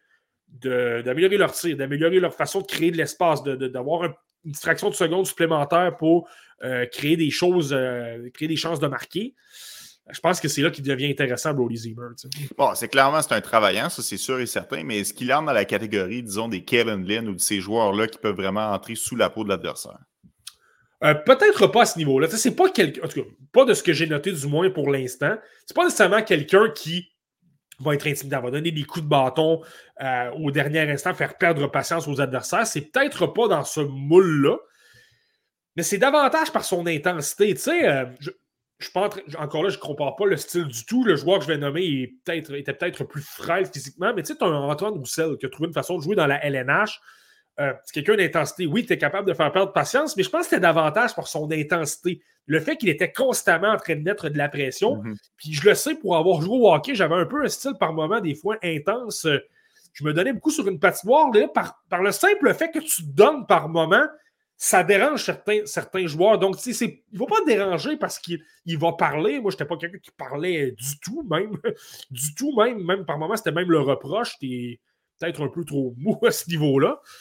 de, d'améliorer leur tir, d'améliorer leur façon de créer de l'espace, de, de, d'avoir un une fraction de seconde supplémentaire pour euh, créer des choses, euh, créer des chances de marquer. Je pense que c'est là qu'il devient intéressant, Brody Zimmer. Tu sais. Bon, c'est clairement, c'est un travaillant, ça c'est sûr et certain, mais est-ce qu'il entre dans la catégorie, disons, des Kevin Lynn ou de ces joueurs-là qui peuvent vraiment entrer sous la peau de l'adversaire? Euh, peut-être pas à ce niveau-là. Tu sais, c'est pas quelqu'un, en tout cas, pas de ce que j'ai noté du moins pour l'instant. C'est pas nécessairement quelqu'un qui va être intimidant, va donner des coups de bâton euh, au dernier instant, faire perdre patience aux adversaires. C'est peut-être pas dans ce moule-là, mais c'est davantage par son intensité. Tu sais, euh, je, je pense, encore là, je ne compare pas le style du tout. Le joueur que je vais nommer est peut-être, était peut-être plus frêle physiquement, mais tu sais, tu as un Antoine Roussel qui a trouvé une façon de jouer dans la L N H. Euh, c'est quelqu'un d'intensité. Oui, tu es capable de faire perdre patience, mais je pense que c'était davantage par son intensité. Le fait qu'il était constamment en train de mettre de la pression. Mm-hmm. Puis je le sais, pour avoir joué au hockey, j'avais un peu un style par moment, des fois intense. Je me donnais beaucoup sur une patinoire. Là, par, par le simple fait que tu te donnes par moment, ça dérange certains, certains joueurs. Donc, tu sais, il ne va pas te déranger parce qu'il il va parler. Moi, je n'étais pas quelqu'un qui parlait du tout, même. du tout, même. Même par moment, c'était même le reproche. Tu es peut-être un peu trop mou à ce niveau-là.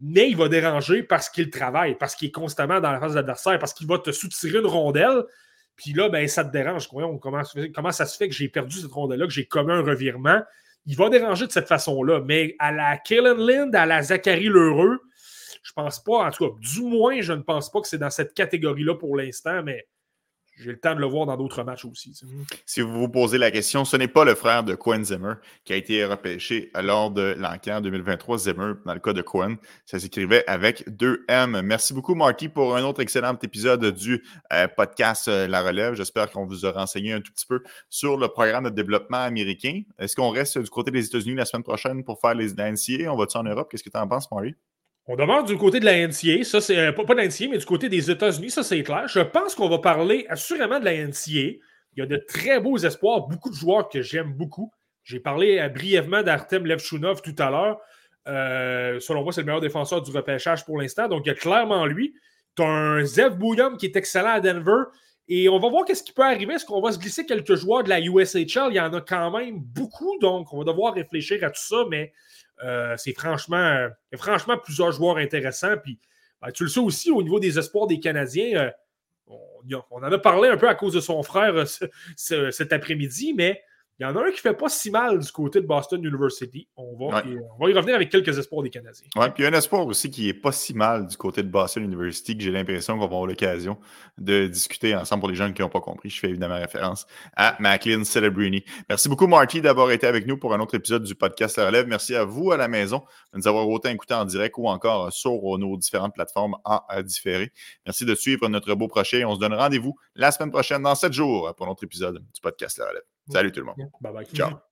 mais il va déranger parce qu'il travaille, parce qu'il est constamment dans la phase de l'adversaire, parce qu'il va te soutirer une rondelle, puis là, ben, ça te dérange. Comment, comment ça se fait que j'ai perdu cette rondelle-là, que j'ai commis un revirement? Il va déranger de cette façon-là, mais à la Kalen Lind, à la Zachary Lheureux, je pense pas, en tout cas, du moins, je ne pense pas que c'est dans cette catégorie-là pour l'instant, mais j'ai le temps de le voir dans d'autres matchs aussi. Si vous vous posez la question, ce n'est pas le frère de Quinn Zimmer qui a été repêché lors de l'enquête deux mille vingt-trois. Zimmer, dans le cas de Quinn, ça s'écrivait avec deux M. Merci beaucoup, Marty, pour un autre excellent épisode du euh, podcast euh, La Relève. J'espère qu'on vous a renseigné un tout petit peu sur le programme de développement américain. Est-ce qu'on reste du côté des États-Unis la semaine prochaine pour faire les N C A A? On va-tu en Europe? Qu'est-ce que tu en penses, Marty? On demeure du côté de la N C A A, ça c'est euh, pas, pas de la N C A A, mais du côté des États-Unis, ça c'est clair. Je pense qu'on va parler assurément de la N C A A. Il y a de très beaux espoirs, beaucoup de joueurs que j'aime beaucoup. J'ai parlé euh, brièvement d'Artem Levchunov tout à l'heure. Euh, selon moi, c'est le meilleur défenseur du repêchage pour l'instant, donc il y a clairement lui. Tu as un Zev Bouillum qui est excellent à Denver. Et on va voir qu'est-ce qui peut arriver. Est-ce qu'on va se glisser quelques joueurs de la U S H L? Il y en a quand même beaucoup, donc on va devoir réfléchir à tout ça, mais Euh, c'est franchement, euh, franchement plusieurs joueurs intéressants. Puis, ben, tu le sais aussi, au niveau des espoirs des Canadiens, euh, on, on en a parlé un peu à cause de son frère euh, ce, ce, cet après-midi, mais il y en a un qui ne fait pas si mal du côté de Boston University. On va, ouais. et, on va y revenir avec quelques espoirs des Canadiens. Oui, puis il y a un espoir aussi qui n'est pas si mal du côté de Boston University, que j'ai l'impression qu'on va avoir l'occasion de discuter ensemble pour les gens qui n'ont pas compris. Je fais évidemment référence à Macklin Celebrini. Merci beaucoup, Marty, d'avoir été avec nous pour un autre épisode du podcast La Relève. Merci à vous à la maison de nous avoir autant écouté en direct ou encore sur nos différentes plateformes en différé. Merci de suivre notre beau prochain. On se donne rendez-vous la semaine prochaine dans sept jours pour un autre épisode du podcast La Relève. Salut tout le monde. Bye bye. Ciao.